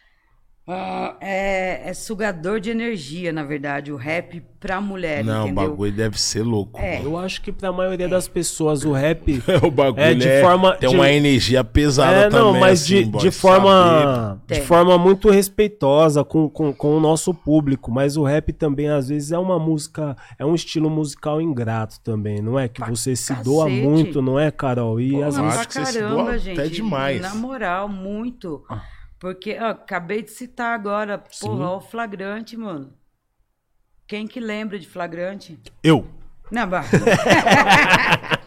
É sugador de energia, na verdade, o rap pra mulher, não, entendeu? o bagulho deve ser louco. Eu acho que pra maioria das pessoas o rap o bagulho tem uma energia pesada também. Não, mas assim, de forma muito respeitosa com o nosso público. Mas o rap também, às vezes, é uma música, é um estilo musical ingrato também, não é? Que você se doa muito, não é, Carol? E às vezes pra caramba, gente. Até demais. Na moral, muito. Porque, acabei de citar agora, porra, o Flagrante, mano. Quem que lembra de Flagrante? Eu. Não,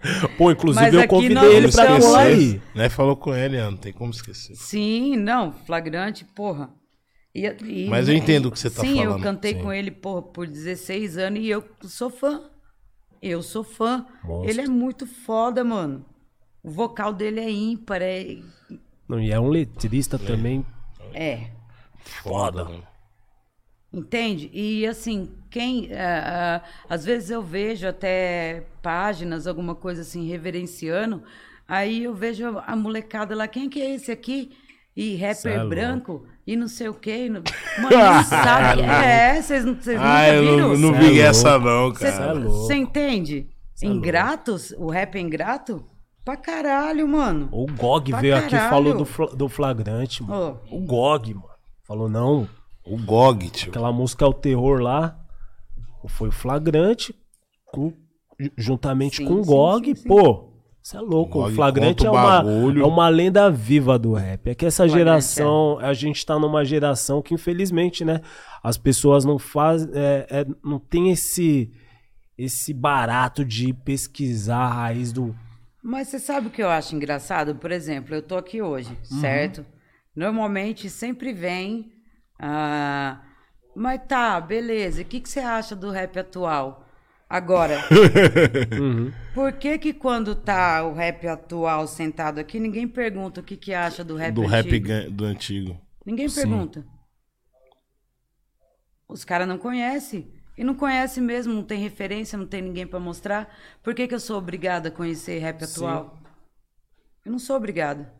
Pô, inclusive Mas eu aqui convidei não ele pra chama colar mais. aí. Né? Falou com ele, não tem como esquecer. Sim, não, Flagrante, porra. Mas eu entendo o que você tá sim, falando. eu cantei Sim. com ele, porra, por 16 anos e eu sou fã. Eu sou fã. Monstro. Ele é muito foda, mano. O vocal dele é ímpar, Não, e é um letrista também. Foda, mano. Entende? E assim, às vezes eu vejo até páginas, alguma coisa assim, reverenciando, aí eu vejo a molecada lá, quem que é esse aqui? E rapper é branco, e não sei o quê. Mano, não sabe. Vocês nunca viram? Eu não Cê vi é essa louco. não, Cê é cara. louco. Você entende? Cê é Ingratos? O rap é ingrato? Pra caralho, mano. O Gog Pra veio aqui e caralho. falou do Flagrante, mano. O Gog, mano. Falou, não, O GOG, tio. aquela música é o terror lá. Foi o Flagrante juntamente Sim, com o sim, Gog. sim, sim. Pô, você é louco. O Gog O Flagrante conta o bagulho. é uma lenda viva do rap. É que essa Flagrante, geração, a gente tá numa geração que infelizmente, né, as pessoas não fazem, não tem esse barato de pesquisar a raiz do... Mas você sabe o que eu acho engraçado? Por exemplo, eu tô aqui hoje, certo? Normalmente sempre vem... mas tá, beleza. O que você acha do rap atual? Agora, por que quando tá o rap atual sentado aqui, ninguém pergunta o que acha do rap Do antigo? rap do antigo. Ninguém pergunta. Os caras não conhecem. E não conhece mesmo, não tem referência, não tem ninguém pra mostrar. Por que eu sou obrigada a conhecer rap atual? Eu não sou obrigada.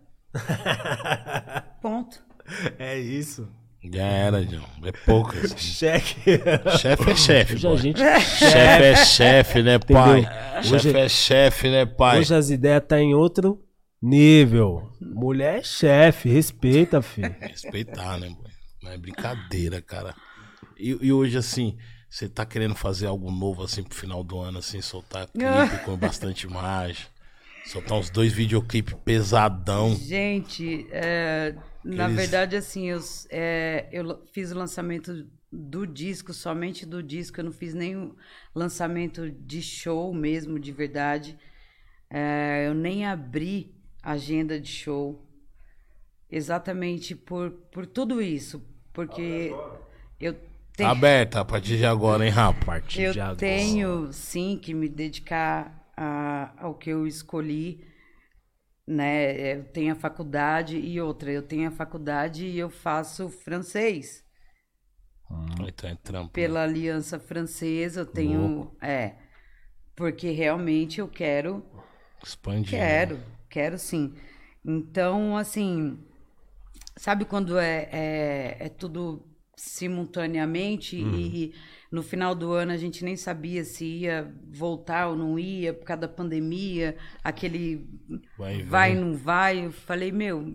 Ponto. É isso. Já era, John. É poucas. Cheque. Chefe é chefe, Hoje a boy. gente... Chefe é chefe, né, pai? Hoje- Chefe é chefe, né, pai? Hoje as ideias tá em outro nível. Mulher é chefe, respeita, filho. Respeitar, né, boy? Não é brincadeira, cara. E hoje, assim, você tá querendo fazer algo novo, assim, pro final do ano, assim, soltar clipe com bastante imagem, soltar uns 2 videoclipes pesadão. Gente, na verdade, assim, eu fiz o lançamento do disco, somente do disco. Eu não fiz nenhum lançamento de show mesmo, de verdade. Eu nem abri agenda de show. Exatamente por tudo isso. Porque eu tenho... Aberta a partir de agora, hein, rapaz? Eu de agora. tenho, sim, que me dedicar ao que eu escolhi, né? Eu tenho a faculdade e outra. Eu tenho a faculdade e eu faço francês. Então é trampo. Pela Aliança Francesa, eu tenho... porque realmente eu quero... Expandir. Quero sim. Então, assim... Sabe quando é tudo... simultaneamente e no final do ano a gente nem sabia se ia voltar ou não ia por causa da pandemia, aquele vai não vai. Eu falei,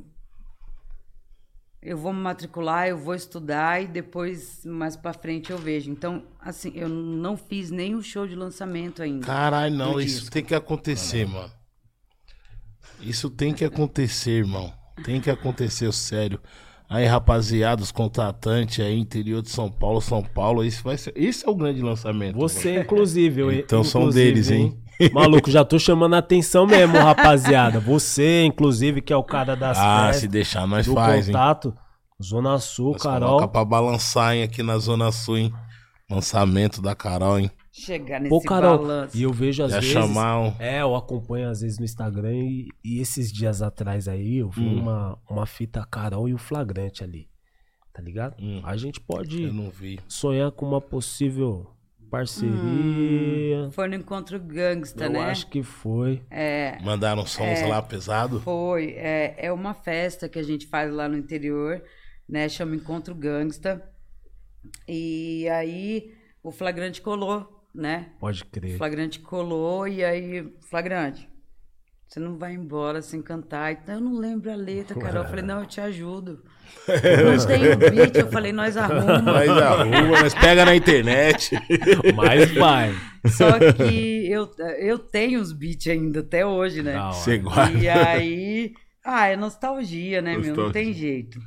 eu vou me matricular, eu vou estudar e depois mais pra frente eu vejo. Então, assim, eu não fiz nenhum show de lançamento ainda. Caralho, não, do isso disco. tem que acontecer, mano. Isso tem que acontecer, irmão. Tem que acontecer, sério. Aí, rapaziada, os contratantes aí, interior de São Paulo, esse é o grande lançamento. Você, inclusive. Então são inclusive, deles, hein? Maluco, já tô chamando a atenção mesmo, rapaziada. Você, inclusive, que é o cara das festas, se deixar, nós do faz, hein? contato. Zona Sul, Nós Carol. coloca pra balançar, hein, aqui na Zona Sul, hein? Lançamento da Carol, hein? Chegar nesse Pô, Carol, balanço. e eu vejo às Já vezes... chamar um... eu acompanho às vezes no Instagram e esses dias atrás aí eu vi uma fita Carol e o Flagrante ali, tá ligado? A gente Eu pode não vi. sonhar com uma possível parceria. Foi no Encontro Gangsta, Eu né? acho que foi. Mandaram sons lá pesado? Foi. É uma festa que a gente faz lá no interior, né? Chama Encontro Gangsta. E aí o Flagrante colou, né? Pode crer. O Flagrante colou e aí... Flagrante, você não vai embora sem cantar. Então eu não lembro a letra, Carol. Eu falei, não, eu te ajudo. Não tenho beat. Eu falei, nós arrumamos. Nós arruma, nós pega na internet. Mas vai. Só que eu tenho os beats ainda até hoje, né? Da hora. Você guarda. E aí... é nostalgia, né, meu? Não tem jeito.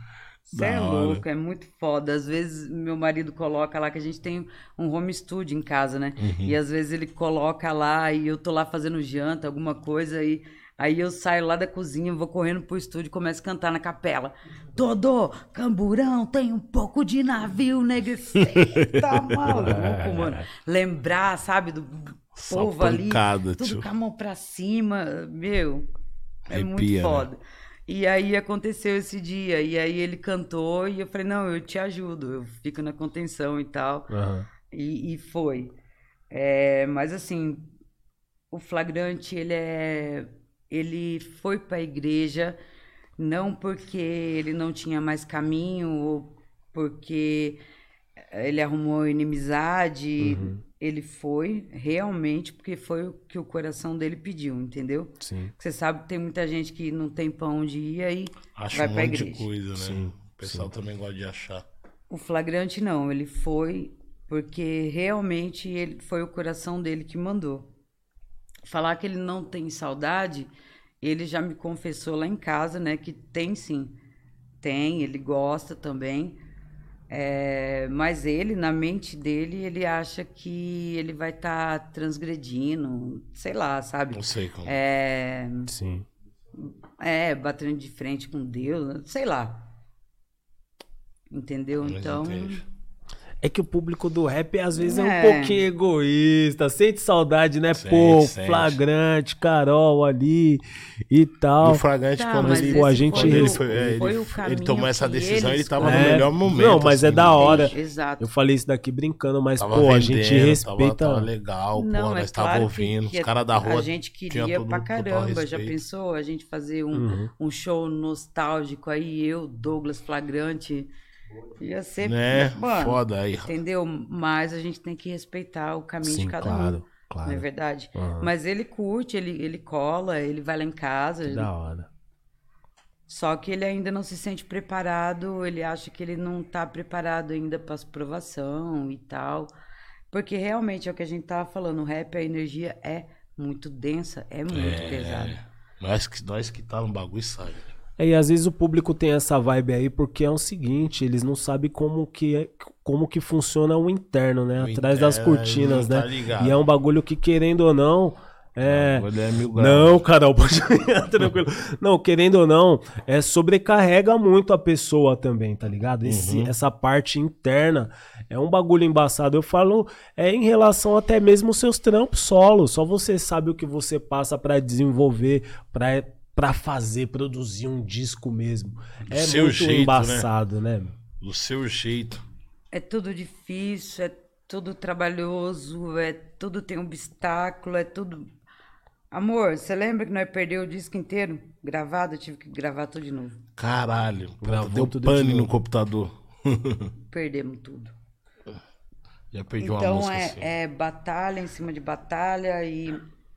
Você é louco, é muito foda. Às vezes meu marido coloca lá, que a gente tem um home studio em casa, né? E às vezes ele coloca lá e eu tô lá fazendo janta, alguma coisa, e aí eu saio lá da cozinha, vou correndo pro estúdio e começo a cantar na capela. Todo camburão tem um pouco de navio, nega. Tá maluco, mano. Lembrar, sabe, do povo pancada, ali, tudo tio. com a mão pra cima, meu, é Arrepia, muito foda. né? E aí aconteceu esse dia, e aí ele cantou, e eu falei, não, eu te ajudo, eu fico na contenção e tal. Aham. E foi. Mas assim, o Flagrante, ele foi pra igreja, não porque ele não tinha mais caminho, ou porque ele arrumou inimizade, ele foi realmente porque foi o que o coração dele pediu, entendeu? Sim. Você sabe que tem muita gente que não tem pra onde ir, aí Acha vai um pra monte igreja. de coisa, né? Sim, O pessoal também gosta de achar. O Flagrante não, ele foi porque realmente ele foi o coração dele que mandou. Falar que ele não tem saudade, ele já me confessou lá em casa, né, que tem sim. Tem, ele gosta também. Mas ele, na mente dele, ele acha que ele vai estar transgredindo, sei lá, sabe? Não sei como. Sim. Batendo de frente com Deus, sei lá. Entendeu? Mas Então, entende. É que o público do rap às vezes é um É. pouquinho egoísta, sente saudade, né? Sente, Pô, sente. Flagrante, Carol ali e E tal. o Flagrante, Tá, quando mas ele, pô, a esse gente quando ele, res- foi, foi o ele caminho tomou essa que decisão, ele ele tava no escolheu. melhor momento. Não, mas é assim, da hora. exato. Eu falei isso daqui brincando, mas, Tava pô, a vendendo, gente respeita. Tava legal, pô, Não, nós é tava claro ouvindo. que Os caras da rua a gente tinha queria todo pra total caramba. Já respeito. pensou a gente fazer um show nostálgico aí, eu, Douglas, Flagrante, ia ser, Né? mano, Foda aí. entendeu? Mas a gente tem que respeitar o caminho Sim, de cada claro, um, claro. não é verdade? Aham. Mas ele curte, ele cola, ele vai lá em casa, Que da hora. só que ele ainda não se sente preparado, ele acha que ele não tá preparado ainda para aprovação e tal. Porque realmente é o que a gente tava falando, o rap, a energia é muito densa, é muito pesada. Nós que tá no bagulho sabe. E às vezes o público tem essa vibe aí porque é o seguinte, eles não sabem como que funciona o interno, né? O Atrás das interno, cortinas, não né? tá ligado. E é um bagulho que, querendo ou não, Ele é 1000 graus. Não, Carol, pode ficar tranquilo. Não, querendo ou não, sobrecarrega muito a pessoa também, tá ligado? Essa parte interna é um bagulho embaçado. Eu falo em relação até mesmo aos seus trampos solo. Só você sabe o que você passa pra desenvolver, pra fazer, produzir um disco mesmo. Do É seu muito jeito, embaçado, né? Do seu jeito. É tudo difícil, é tudo trabalhoso, tudo tem obstáculo, é tudo... Amor, você lembra que nós perdemos o disco inteiro gravado? Eu tive que gravar tudo de novo. Caralho. Gravou Deu tudo de pane novo. no computador. Perdemos tudo. Já perdi uma Então música assim. é batalha em cima de batalha e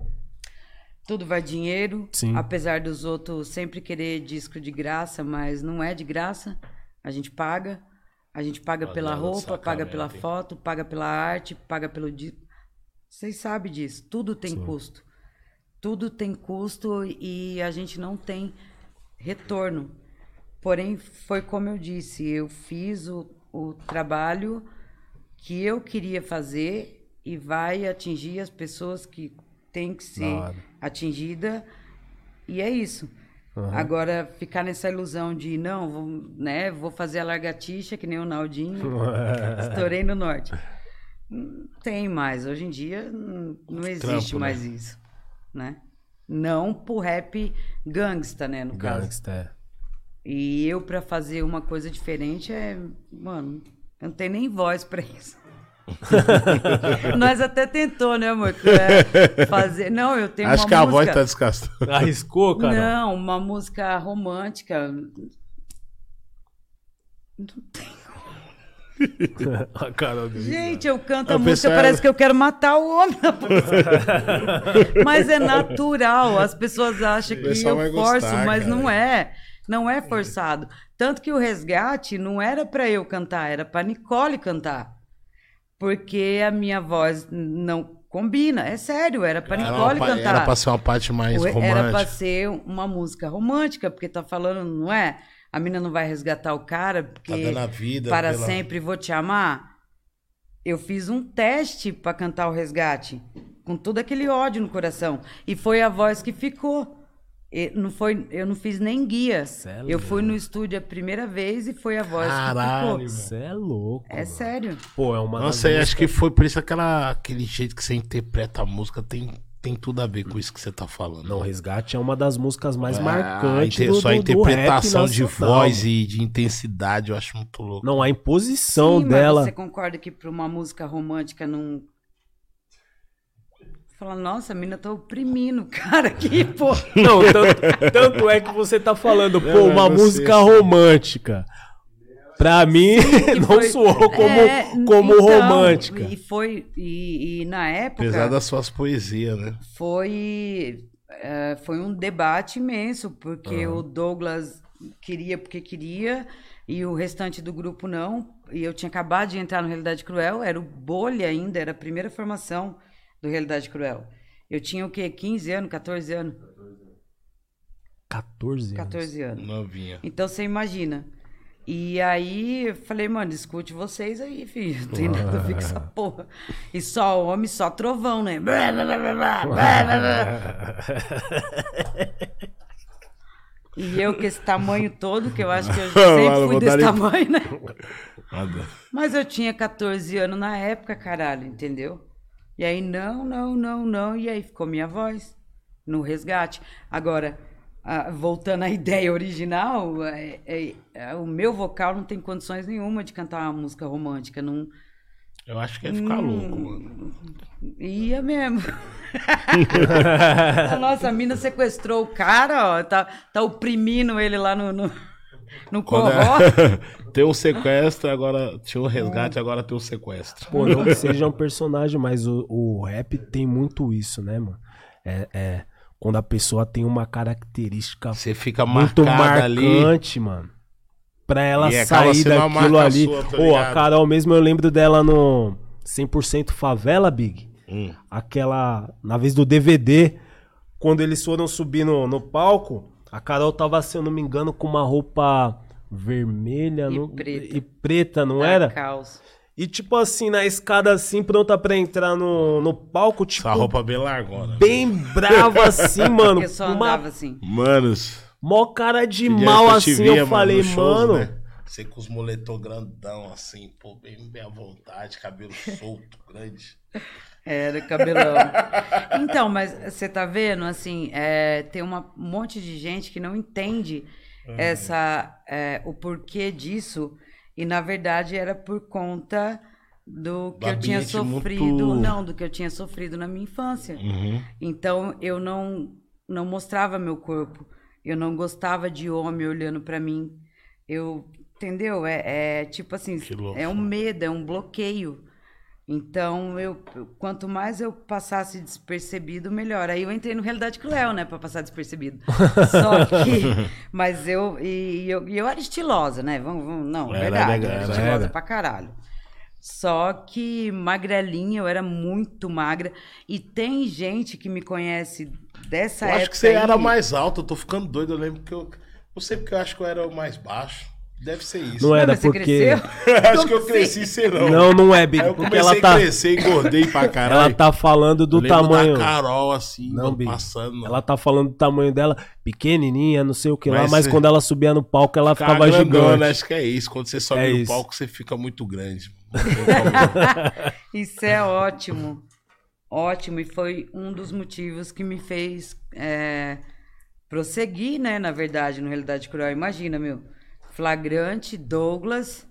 tudo vai dinheiro. Sim. Apesar dos outros sempre querer disco de graça, mas não é de graça. A gente paga. A gente paga pela Rapaziada, roupa, paga pela sacramento, hein? foto, paga pela arte, paga pelo disco. Vocês sabem disso. Tudo tem custo. Tudo tem custo e a gente não tem retorno. Porém, foi como eu disse, eu fiz o trabalho que eu queria fazer e vai atingir as pessoas que tem que ser hora. atingida. E é isso. Agora, ficar nessa ilusão de, não, vou fazer a largatixa, que nem o Naldinho, estourei no norte. Não tem mais. Hoje em dia, não existe Trampo, mais né? isso, né? Não pro rap gangsta, né, no caso. Gangster. E eu, pra fazer uma coisa diferente, mano, eu não tenho nem voz pra isso. Nós até tentou, né, amor? Fazer... Não, eu tenho Acho uma que a música... voz tá desgastando. Arriscou, Carol? Não, uma música romântica. Não tem. A Carol deu Gente, eu canto Eu a música, pensava- parece que eu quero matar o homem. Mas é natural. As pessoas acham que pessoal vai eu forço, gostar, mas cara. não é. Não é forçado. Tanto que o Resgate não era pra eu cantar, era pra Nicole cantar. Porque a minha voz não combina. É sério, era pra Nicole cantar. Era pra ser uma parte mais Era pra romântica. ser uma música romântica, porque tá falando, não é? a mina não vai resgatar o cara, porque Tá dando a vida para pela- sempre vou te amar. Eu fiz um teste pra cantar o Resgate, com todo aquele ódio no coração. E foi a voz que ficou. Eu não fiz nem guia. Eu fui no estúdio a primeira vez e foi a voz Caralho, que ficou. Você é louco. É sério. Pô, é uma Não das sei, músicas- acho que foi por isso aquele jeito que você interpreta a música tem tudo a ver com isso que você tá falando. Não, Resgate é uma das músicas mais marcantes Sua do interpretação rap de nacional, voz mano. e de intensidade, eu acho muito louco. Não, a imposição Sim, dela... mas você concorda que pra uma música romântica não... Fala, nossa, a mina tá oprimindo o cara aqui, pô. Não, tanto é que você tá falando, pô, Não, uma é você, música sim. romântica. Pra mim, não foi- soou como então, romântica. E na época... Apesar das suas poesias, né? Foi um debate imenso, porque o Douglas queria porque queria e o restante do grupo não. E eu tinha acabado de entrar no Realidade Cruel, era o Bolha ainda, era a primeira formação do Realidade Cruel. Eu tinha o quê? 15 anos, 14 anos? 14 anos. 14 anos. Novinha. Então você imagina. E aí eu falei, mano, discute vocês aí, filho. Não tem nada a ver com essa porra. E só homem, só trovão, né? E eu com esse tamanho todo, que eu acho que eu sempre fui desse tamanho, né? Nada. Mas eu tinha 14 anos na época, caralho, entendeu? E aí, não. E aí ficou minha voz no Resgate. Agora, voltando à ideia original, o meu vocal não tem condições nenhuma de cantar uma música romântica. Não, Eu acho que ia ficar louco, mano. ia mesmo. A nossa mina sequestrou o cara, ó. Tá oprimindo ele lá no Quando corró. tem um sequestro, agora tinha um resgate, agora tem um sequestro. Pô, não que seja um personagem, mas o rap tem muito isso, né, mano? Quando a pessoa tem uma característica Você fica muito marcada ali. marcante, mano. Pra ela E acaba sair sendo uma daquilo marca ali. sua, tá Pô, a ligado? Carol mesmo, eu lembro dela no 100% Favela, Big. Aquela, na vez do DVD, quando eles foram subir no palco, a Carol tava, se eu não me engano, com uma roupa vermelha E e preta, não Tá era? caos. E tipo assim, na escada assim, pronta pra entrar no palco, tipo, Essa roupa bem largona. bem brava assim, mano. Porque só com andava assim. Manos. mó cara de que dia mal que te assim, via, eu falei, nos shows, mano... né? Você com os moletom grandão, assim, pô, bem à vontade, cabelo solto, grande. Era cabelão. Então, mas você tá vendo, assim, tem um monte de gente que não entende o porquê disso. E, na verdade, era por conta do que eu tinha ambiente sofrido. muito- Não, do que eu tinha sofrido na minha infância. Então, eu não mostrava meu corpo. Eu não gostava de homem olhando pra mim. Entendeu? Tipo assim, Que louco. é um medo, é um bloqueio. Então, quanto mais eu passasse despercebido, melhor. Aí eu entrei no Realidade Cruel, né? Pra passar despercebido. Só que... Mas eu era estilosa, né? Não, Era verdade. legal, Eu era era. estilosa pra caralho. Só que magrelinha, eu era muito magra. E tem gente que me conhece dessa Eu época acho que você aí, era mais alto, eu tô ficando doido, eu lembro que eu... Não sei porque eu acho que eu era o mais baixo. Deve ser isso. Não Não, era mas você porque... cresceu? acho que eu cresci sem não. Não é, Big, Aí eu porque comecei ela tá... a crescer, engordei pra caralho. Ela tá falando Eu do lembro tamanho... da Carol, assim, Não, Big. passando. Ela tá falando do tamanho dela, pequenininha, não sei o que lá, Mas mas você- quando ela subia no palco, ela ficava grandona, gigante. acho que é isso. Quando você sobe É no isso. palco, você fica muito grande. Isso é ótimo. Ótimo. E foi um dos motivos que me fez prosseguir, né? Na verdade, no Realidade Cruel. Imagina, meu. Flagrante, Douglas.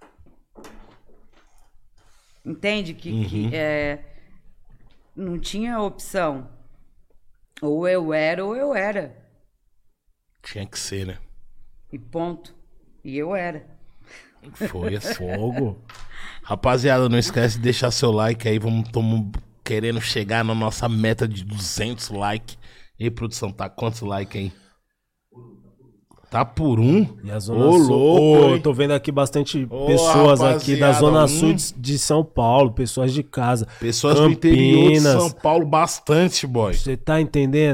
Entende? Que não tinha opção. Ou eu era ou eu era. Tinha que ser, né? E ponto. E eu era. Foi assim. Fogo. Rapaziada, não esquece de deixar seu like aí. Vamos querendo chegar na nossa meta de 200 likes. E aí, produção, tá quantos likes aí? Tá por um? E a Zona Ô, Sul. louco, Ô, hein? eu tô vendo aqui bastante Ô, pessoas aqui da rapaziada, Zona Sul de São Paulo, pessoas de casa. Pessoas do interior de Campinas. São Paulo, bastante, boy. Você tá entendendo?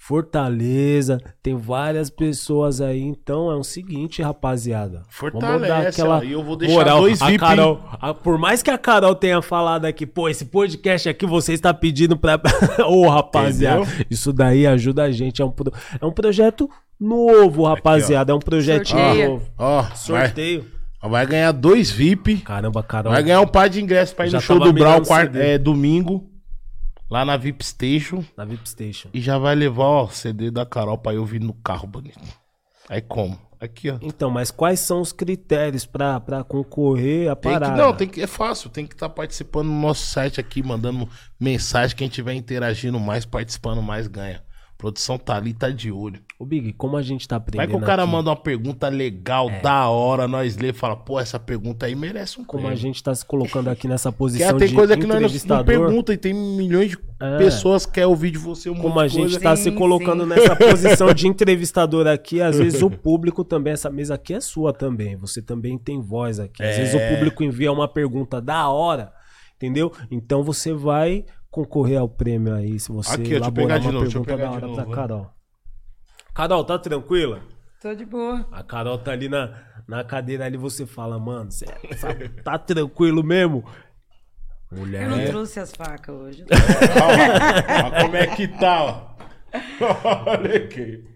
Fortaleza, tem várias pessoas aí. Então é o seguinte, rapaziada. Fortalece, dar aquela ó, e eu vou deixar moral. 2 VIP. Carol, por mais que a Carol tenha falado aqui, pô, esse podcast aqui você está pedindo pra... Ô, rapaziada, Entendeu? isso daí ajuda a gente. É um projeto novo, rapaziada. É um projetinho Sorteio. novo. Ó, Sorteio. vai ganhar 2 VIP. Caramba, Carol. Vai ganhar um par de ingressos pra ir Já no show tava do Brau mirando CD. domingo. Lá na VIP Station. Na VIP Station. E já vai levar, ó, o CD da Carol pra eu ouvir no carro, bonito. Aí como? Aqui, ó. Então, mas quais são os critérios pra concorrer a Tem parada? que, é fácil, tem que estar participando no nosso site aqui, mandando mensagem. Quem tiver interagindo mais, participando mais, ganha. A produção tá ali, tá de olho. Ô, Big, como a gente tá aprendendo Vai que o cara aqui, manda uma pergunta legal, da hora, nós lê e fala, pô, essa pergunta aí merece um como a prêmio. gente tá se colocando aqui nessa Porque posição tem de coisa que nós não entrevistador, pergunta e tem milhões de pessoas que querem ouvir de você um como monte a de gente coisa. tá Sim, se colocando sim. nessa posição de entrevistador aqui, às vezes o público também, essa mesa aqui é sua também, você também tem voz aqui. Às vezes o público envia uma pergunta da hora, entendeu? Então você vai concorrer ao prêmio aí, se você Aqui, ó, deixa eu elaborar pegar de uma novo, deixa eu pergunta pegar da de hora novo, pra Carol. Carol, tá tranquila? Tô de boa. A Carol tá ali na cadeira ali, você fala, mano, cê tá tranquilo mesmo? Mulher. Eu não trouxe as facas hoje. Olha como é que tá, ó. Olha aqui.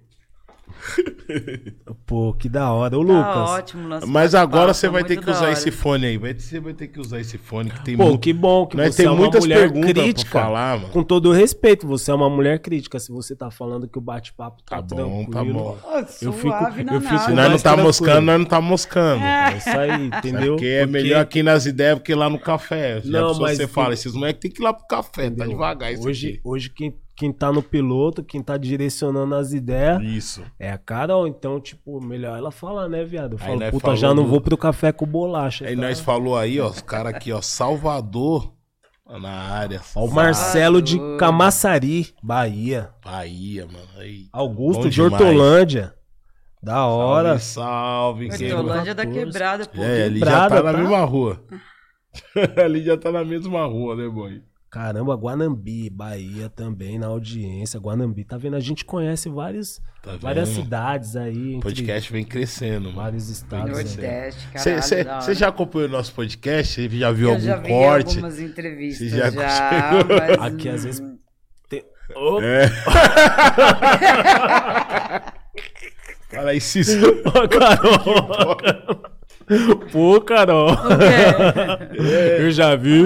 Pô, que da hora. Ô, Tá Lucas. ótimo. nosso Mas agora bate-papo, você vai ter muito que da usar hora. esse fone aí. Você vai ter que usar esse fone que tem Pô, muito. que bom que Nós você tem é uma muitas mulher perguntas pra crítica. falar, mano. Com todo o respeito, você é uma mulher crítica. Se você tá falando que o bate-papo tá, Tá bom, tranquilo. tá bom. Ó, Eu fico- suave na eu fico- nave. Se nós não mais tá tranquilo. moscando, nós não tá moscando. É isso aí, entendeu? Porque é Porque melhor aqui nas ideias do que lá no café. Já Não, pensou, mas você tem- fala, esses moleques tem que ir lá pro café, tá devagar isso aqui. hoje quem tá no piloto, quem tá direcionando as ideias Isso. é a Carol. Então, tipo, melhor ela falar, né, viado? Eu Aí falo, nós puta, falou já não do- vou pro café com bolacha. Aí tá? nós falou aí, ó, os caras aqui, ó, Salvador, na área. Ó, o Marcelo de Camaçari, Bahia. Bahia, mano. Aí. Augusto Bom de demais. Hortolândia. Da hora. Salve, salve. Hortolândia da 14. quebrada, pô. É, ali já Quebrada, tá na tá? mesma rua. Ali já tá na mesma rua, né, boy? Caramba, Guanambi, Bahia também na audiência. Guanambi, tá vendo? A gente conhece várias vendo? cidades aí. O entre podcast vem crescendo, mano. vários estados. aí. Nordeste, caralho. da hora. Você já acompanhou o nosso podcast? Você já viu Eu algum já vi corte? algumas entrevistas. Você já Já, conseguiu? mas... Aqui às vezes. Tem... Ô, É. Fala aí, Cis. Ô, Carol. Pô, Carol. Eu já vi.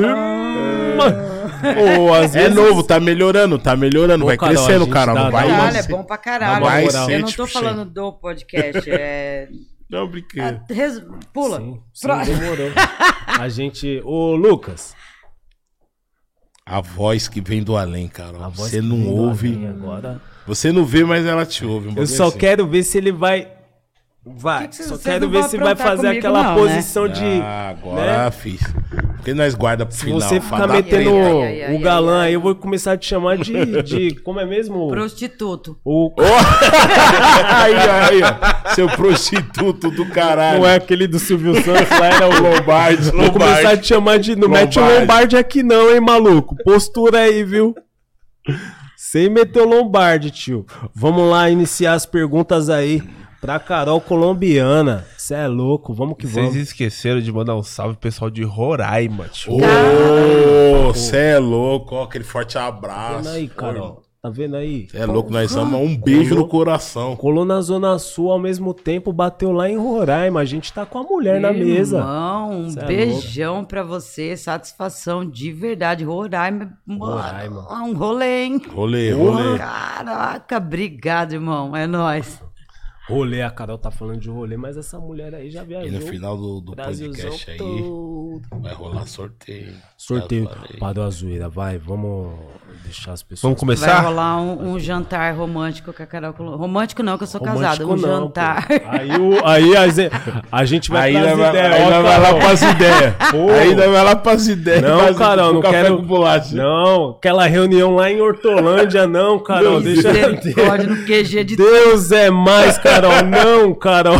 Ô, às É vezes... novo, tá melhorando, Pô, vai Carol, a crescendo, gente cara. dá- Não vai dá uma- Caralho, é bom pra caralho. Vai Eu não ser, tô tipo, falando do podcast, é... Não, brinquedo. Pula. Sim, demorou. A gente... Ô, Lucas. A voz que vem do além, cara. A voz Você que não vem do ouve. além agora. Você não vê, mas ela te ouve. um Eu bagulho só assim. quero ver se ele vai... Vai. Que Só vocês quero não ver vão se vai aprontar fazer comigo, aquela não, né? posição de... Ah, agora, né? fiz. Porque nós guarda pro Se final. você pra ficar dar metendo treta. o galã aí, eu vou começar a te chamar de como é mesmo? Prostituto. O, aí, ó. Seu prostituto do caralho. não é aquele do Silvio Santos, lá era o Lombardi. Vou começar a te chamar de... Não mete o Lombardi aqui não, hein, maluco? Postura aí, viu? Sem meter o Lombardi, tio. Vamos lá iniciar as perguntas aí pra Carol Colombiana. Cê é louco, vamos que Vocês vamos. esqueceram de mandar um salve pro pessoal de Roraima, tio. Ô, você é louco. Ó, aquele forte Tá abraço. vendo aí, Carol? Tá vendo aí? Você é louco, nós amamos. Um beijo no coração. Colou na Zona Sul, ao mesmo tempo bateu lá em Roraima. A gente tá com a mulher na mesa. Irmão, um Cê é beijão pra você. Satisfação de verdade. Roraima, mano. Roraima. Um rolê, hein? Rolê. Caraca, obrigado, irmão. É nóis. Rolê, a Carol tá falando de rolê, mas essa mulher aí já viajou. E no final do Brasilzão podcast aí, todo. vai rolar sorteio. Sorteio. Já falei. Parou a zoeira, vai, vamos deixar as pessoas. Vamos Vai começar? rolar um jantar romântico com a Carol Colombo. Romântico não, que eu sou casada. Um Romântico não, jantar. pô. Aí a gente vai Aí pras nós ideias. aí Ó, nós vai lá Carol. pras ideias. Pô. Aí nós vai lá pras ideias. Não, fazer Carol, não café quero. com bolacha. Não, aquela reunião lá em Hortolândia, não, Carol. Deixa Misericórdia no QG de Deus é mais, Carol. Não, Carol.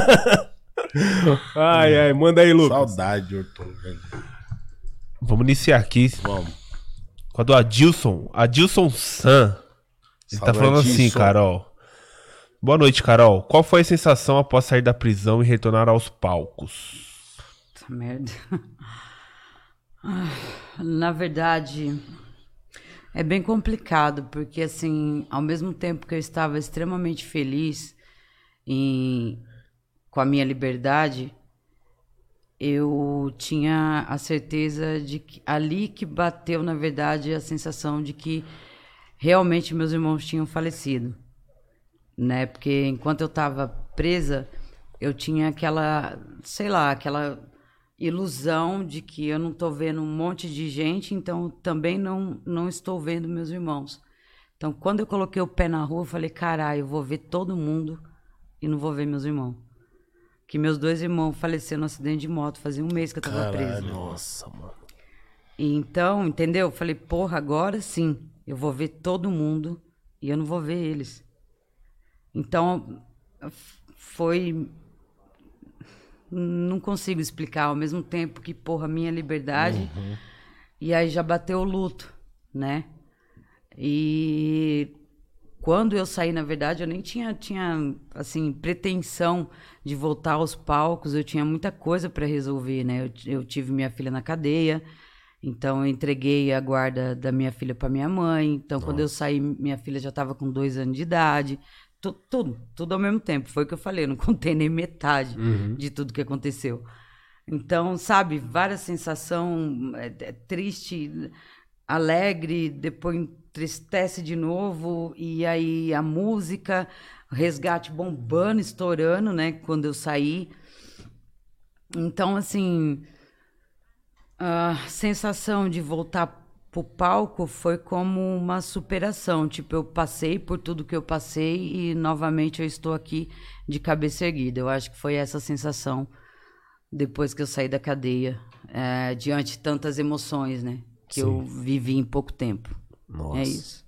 Ai, manda aí, Lucas. Saudade, Hortolândia. Vamos iniciar aqui Vamos. com a do Adilson. Adilson San. Ele tá falando assim, Carol. Boa noite, Carol. Qual foi a sensação após sair da prisão e retornar aos palcos? Puta merda. Na verdade, é bem complicado, porque assim, ao mesmo tempo que eu estava extremamente feliz com a minha liberdade, eu tinha a certeza de que ali que bateu, na verdade, a sensação de que realmente meus irmãos tinham falecido, né? Porque enquanto eu estava presa, eu tinha aquela, sei lá, aquela ilusão de que eu não estou vendo um monte de gente, então também não estou vendo meus irmãos. Então, quando eu coloquei o pé na rua, eu falei, caralho, eu vou ver todo mundo e não vou ver meus irmãos. Que meus 2 irmãos faleceram no acidente de moto, fazia 1 mês que eu estava presa. Nossa, mano. E então, entendeu? Eu falei, porra, agora sim, eu vou ver todo mundo e eu não vou ver eles. Então, foi... Não consigo explicar, ao mesmo tempo que, porra, minha liberdade. E aí já bateu o luto, né? E quando eu saí, na verdade, eu nem tinha assim, pretensão de voltar aos palcos. Eu tinha muita coisa para resolver, né? Eu tive minha filha na cadeia, então eu entreguei a guarda da minha filha para minha mãe. Então, quando eu saí, minha filha já estava com 2 anos de idade. Tudo ao mesmo tempo. Foi o que eu falei, eu não contei nem metade de tudo que aconteceu. Então, sabe, várias sensações, triste, alegre, depois entristece de novo, e aí a música, Resgate bombando, estourando, né, quando eu saí. Então, assim, a sensação de voltar pro palco foi como uma superação. Tipo, eu passei por tudo que eu passei e novamente eu estou aqui de cabeça erguida. Eu acho que foi essa sensação depois que eu saí da cadeia, diante de tantas emoções, né? Que eu vivi em pouco tempo. Nossa. É isso.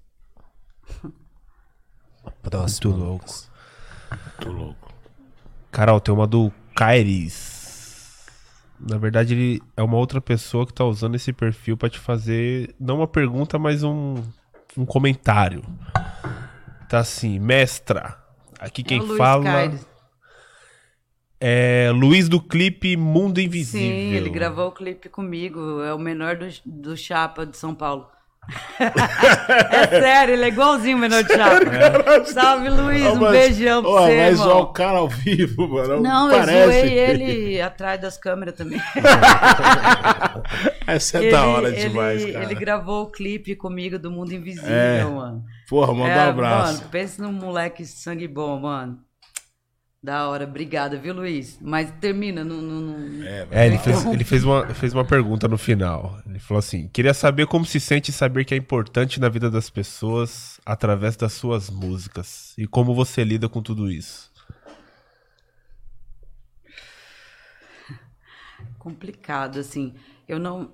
Próximo. Muito louco. Muito louco. Carol, tem uma do Kairis. Na verdade, ele é uma outra pessoa que tá usando esse perfil pra te fazer, não uma pergunta, mas um comentário. Tá assim, mestra. Aqui quem o Luiz fala Caires. é Luiz do clipe Mundo Invisível. Sim, ele gravou o clipe comigo. É o menor do Chapa de São Paulo. É sério, ele é igualzinho o menor de Chapa. Salve, Luiz, beijão pra você, mas irmão. o cara ao vivo, mano. Não, parece. eu zoei ele atrás das câmeras também. Essa é da hora demais, cara. Ele gravou o clipe comigo do Mundo Invisível, mano. Porra, manda um abraço. Mano, pensa num moleque sangue bom, mano. Da hora, obrigada, viu, Luiz? Mas termina, ele fez uma pergunta no final. Ele falou assim: queria saber como se sente saber que é importante na vida das pessoas através das suas músicas. E como você lida com tudo isso. Complicado, assim. Eu não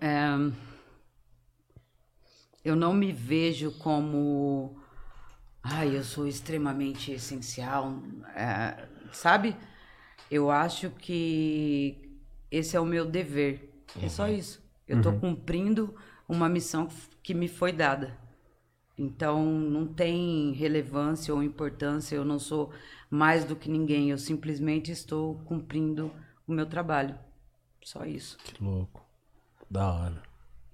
me vejo como... Ai, eu sou extremamente essencial, sabe? Eu acho que esse é o meu dever. É só isso. Eu tô cumprindo uma missão que me foi dada. Então, não tem relevância ou importância. Eu não sou mais do que ninguém. Eu simplesmente estou cumprindo o meu trabalho. Só isso. Que louco. Da hora.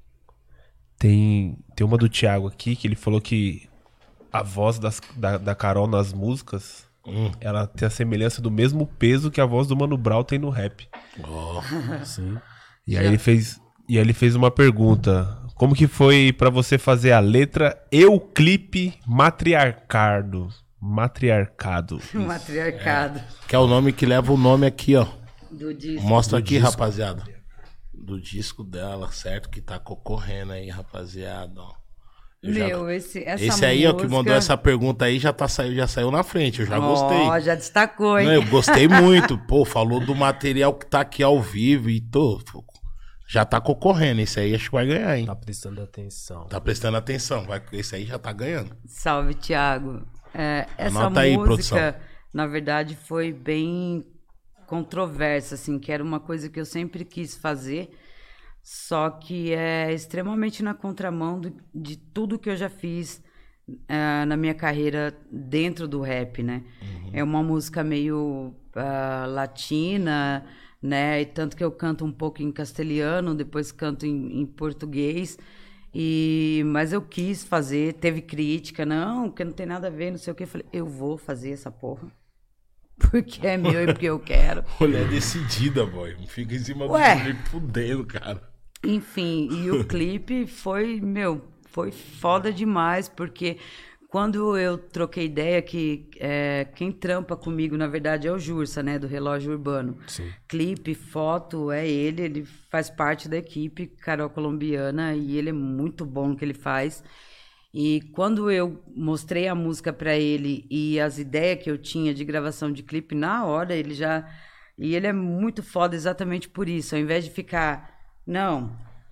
Tem uma do Thiago aqui que ele falou que a voz da Carol nas músicas, ela tem a semelhança do mesmo peso que a voz do Mano Brown tem no rap. Sim. E aí ele fez uma pergunta: como que foi pra você fazer a letra e o clipe Matriarcado? Matriarcado. Que é o nome que leva o nome aqui, ó. Do disco. Mostra aqui, rapaziada. Do disco dela, certo? Que tá concorrendo aí, rapaziada, ó. Esse aí, ó, que mandou essa pergunta aí, já saiu na frente, eu já gostei. Ó, já destacou, hein? Não, eu gostei muito. Pô, falou do material que tá aqui ao vivo e já tá concorrendo. Esse aí acho que vai ganhar, hein? Tá prestando atenção. Tá prestando atenção. Esse aí já tá ganhando. Salve, Thiago. Essa Anota aí, música, produção. na verdade, foi bem controversa, assim, que era uma coisa que eu sempre quis fazer, só que é extremamente na contramão de tudo que eu já fiz na minha carreira dentro do rap, né? É uma música meio latina, né? E tanto que eu canto um pouco em castelhano, depois canto em português. Mas eu quis fazer, teve crítica, não, que não tem nada a ver, não sei o que. Eu falei, eu vou fazer essa porra. Porque é meu e porque eu quero. Mulher decidida, boy. Não fica em cima do clipe fudendo, cara. Enfim, e o clipe foi foda demais, porque quando eu troquei ideia que quem trampa comigo, na verdade, é o Jursa, né, do Relógio Urbano. Sim. Clipe, foto, ele faz parte da equipe Carol Colombiana e ele é muito bom no que ele faz. E quando eu mostrei a música pra ele e as ideias que eu tinha de gravação de clipe, na hora ele já... E ele é muito foda exatamente por isso, ao invés de ficar... Não,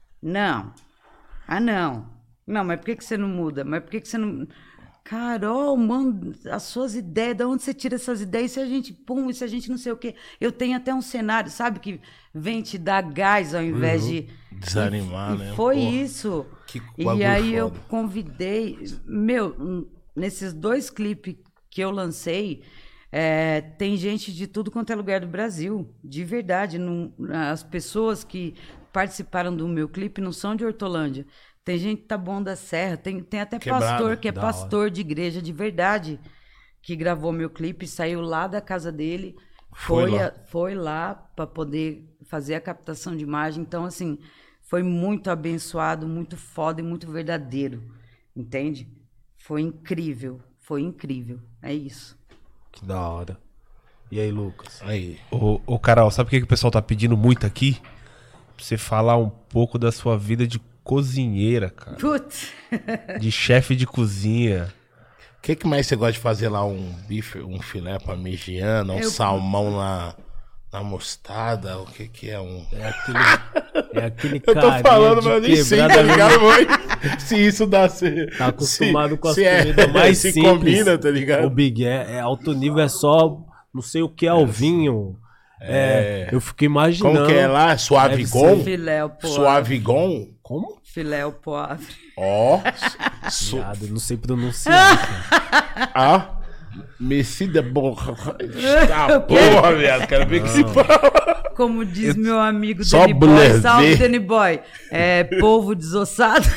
mas por que você não muda? Mas por que você não... Carol, mano, as suas ideias, de onde você tira essas ideias? E se a gente não sei o quê? Eu tenho até um cenário, sabe, que vem te dar gás ao invés de... Desanimar, né? Foi isso. E aí eu foda. convidei... nesses 2 clipes que eu lancei, tem gente de tudo quanto é lugar do Brasil, de verdade. As pessoas que participaram do meu clipe não são de Hortolândia. Tem gente de Taboão da Serra, tem até pastor que é pastor de igreja de verdade, que gravou meu clipe, saiu lá da casa dele, foi lá para poder fazer a captação de imagem. Então, assim, foi muito abençoado, muito foda e muito verdadeiro, entende? Foi incrível, é isso. Que da hora. E aí, Lucas? Aí. Ô, Carol, sabe o que o pessoal tá pedindo muito aqui? Pra você falar um pouco da sua vida de cozinheira, cara. Putz. De chefe de cozinha. O que mais você gosta de fazer lá? Um bife, um filé parmegiana, um salmão na mostarda? O que é um... É aquele Eu tô falando, mas eu nem sei, tá ligado, mãe? Se isso dá... Tá acostumado com as comidas mais se simples. Combina, tá ligado? O Big é alto nível, é só não sei o que é o vinho. Eu fico imaginando. Como que é lá? Suavigon? Filé ao poivre. Suavigon? Como? Filé ao poivre. Ó. Viado, não sei pronunciar. Messi de borra. Tá porra, viado. Quero ver que se fala. Como diz meu amigo Só Danny Boy. blazer. Salve, Danny Boy. Polvo desossado.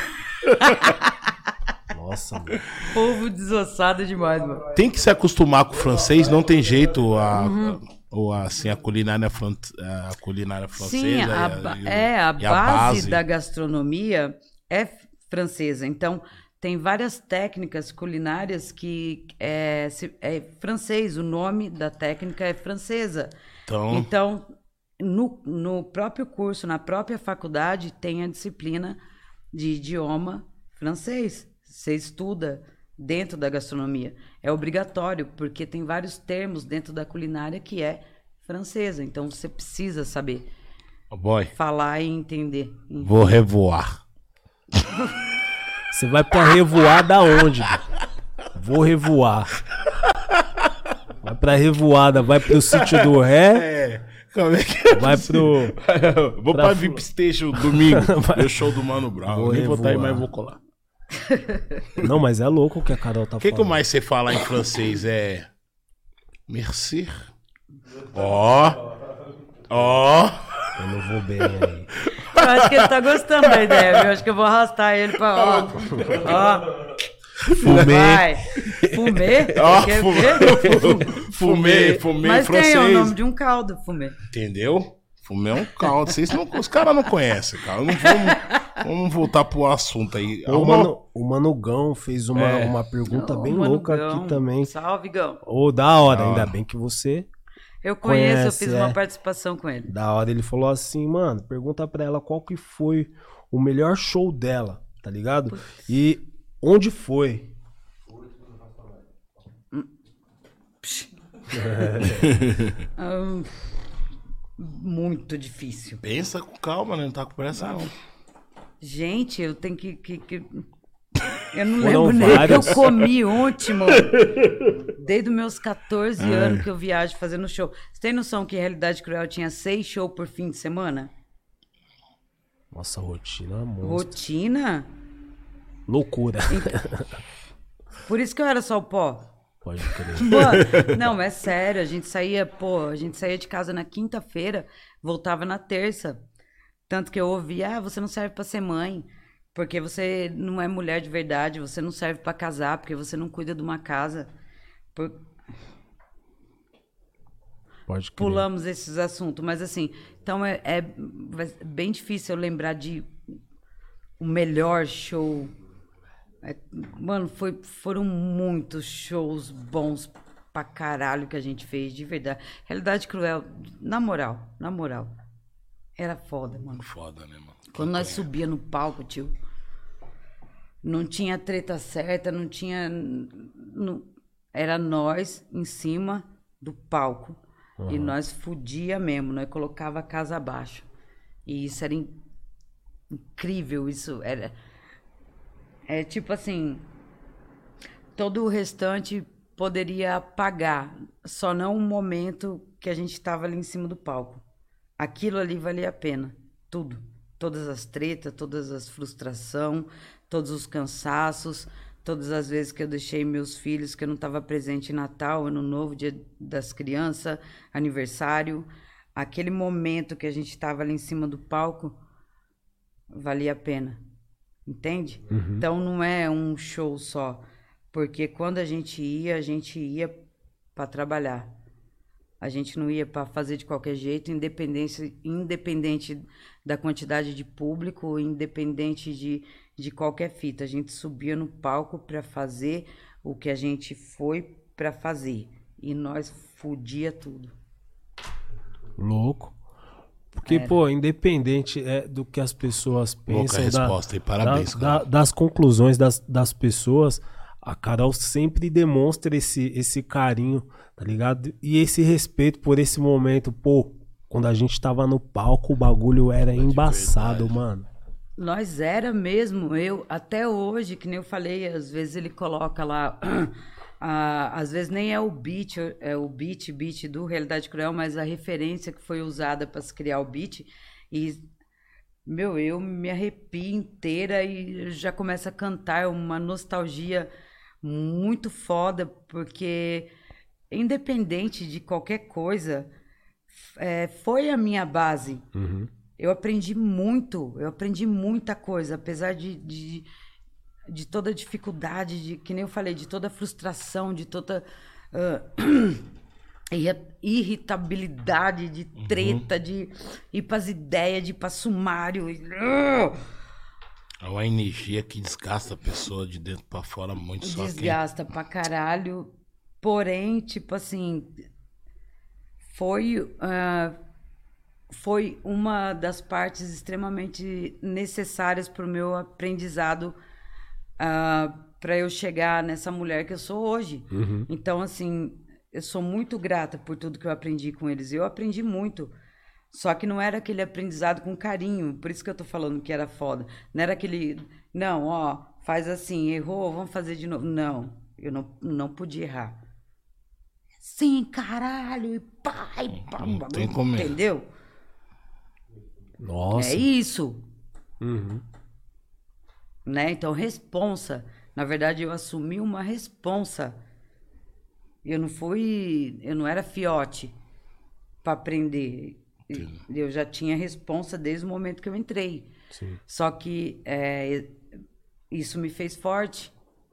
Nossa, mano. Polvo desossado é demais, mano. Tem que se acostumar com o francês, não tem jeito. Ou assim, a culinária francesa. Sim, a base da gastronomia é francesa. Então, tem várias técnicas culinárias que é francês. O nome da técnica é francesa. Então no próprio curso, na própria faculdade, tem a disciplina de idioma francês. Você estuda dentro da gastronomia. É obrigatório, porque tem vários termos dentro da culinária que é francesa. Então, você precisa saber falar e entender. Vou revoar. Você vai pra revoar da onde? Vou revoar. Vai pra revoada, vai pro sítio do Ré. Como é que é? Vai pro... Vou pra VIP Station domingo. Meu show do Mano Brown. Vou Nem vou estar aí, revoar. mas vou colar. Não, mas é louco o que a Carol tá O que falando. mais você fala em francês? Merci. Ó. Eu não vou bem aí. Eu acho que ele tá gostando da ideia, viu? Eu acho que eu vou arrastar ele pra... Fumê. Fumê? Ó, Quer fumê. ver? Fumê Mas francês. tem o nome de um caldo, fumê. Entendeu? Fumê é um caldo. Os caras não conhecem, cara. Vamos voltar pro assunto aí. O Mano Gão fez uma pergunta bem Mano louca Gão. aqui também. Salve, Gão. Da hora, ainda bem que você... Eu conheço, eu Conhece, fiz uma participação com ele. Da hora, ele falou assim, mano, pergunta pra ela qual que foi o melhor show dela, tá ligado? E onde foi? Muito difícil. Pensa com calma, né? Não tá com pressa, não. Gente, eu tenho que... Eu não Foram lembro nem o que vários. eu comi ontem, mano. Desde os meus 14 anos que eu viajo fazendo show. Você tem noção que Realidade Cruel tinha 6 shows por fim de semana? Nossa, rotina, monstro. Rotina? Loucura. Por isso que eu era só o pó. Pode crer. Pô, não, é sério, a gente saía de casa na quinta-feira, voltava na terça. Tanto que eu ouvia, você não serve pra ser mãe, porque você não é mulher de verdade, você não serve pra casar, porque você não cuida de uma casa. Pode crer. Pulamos esses assuntos, mas assim, então é bem difícil eu lembrar de o melhor show. Mano, foram muitos shows bons pra caralho que a gente fez, de verdade. Realidade Cruel, na moral, era foda, mano. Foda, né, mano? Quando nós subia no palco, tio, não tinha treta certa, não tinha... era nós em cima do palco. E nós fudia mesmo, nós colocava a casa abaixo. E isso era incrível, isso era... É tipo assim, todo o restante poderia apagar, só não o momento que a gente estava ali em cima do palco. Aquilo ali valia a pena, tudo. Todas as tretas, todas as frustrações, todos os cansaços, todas as vezes que eu deixei meus filhos, que eu não estava presente em Natal, Ano Novo, Dia das Crianças, aniversário. Aquele momento que a gente estava ali em cima do palco, valia a pena. Entende? Então não é um show só. Porque quando a gente ia para trabalhar. A gente não ia para fazer de qualquer jeito, independente da quantidade de público, independente de qualquer fita. A gente subia no palco para fazer o que a gente foi para fazer. E nós fudia tudo. Louco. Porque, pô, independente do que as pessoas pensam, resposta, e parabéns, das conclusões das pessoas, a Carol sempre demonstra esse carinho, tá ligado? E esse respeito por esse momento. Pô, quando a gente tava no palco, o bagulho era embaçado, mano. Nós era mesmo, até hoje, que nem eu falei, às vezes ele coloca lá... às vezes nem é o beat, é o beat do Realidade Cruel, mas a referência que foi usada para se criar o beat. E, eu me arrepio inteira e já começo a cantar, uma nostalgia muito foda, porque independente de qualquer coisa, foi a minha base. Eu aprendi muita coisa, apesar de toda a dificuldade, que nem eu falei, de toda a frustração, de toda irritabilidade, de treta, de ir para as ideias, de ir para sumário. É uma energia que desgasta a pessoa de dentro para fora muito. Desgasta pra caralho. Porém, tipo assim, foi uma das partes extremamente necessárias para o meu aprendizado, para eu chegar nessa mulher que eu sou hoje. Então, assim, eu sou muito grata por tudo que eu aprendi com eles. Eu aprendi muito. Só que não era aquele aprendizado com carinho. Por isso que eu tô falando que era foda. Não era aquele... Não, ó, faz assim, errou, vamos fazer de novo. Não, eu não podia errar. Sim, caralho, e pá, não tem como. Entendeu? Nossa. É isso. Né? Então, responsa. Na verdade, eu assumi uma responsa. Eu não era fiote para aprender. Eu já tinha responsa desde o momento que eu entrei. Sim. Só que isso me fez forte.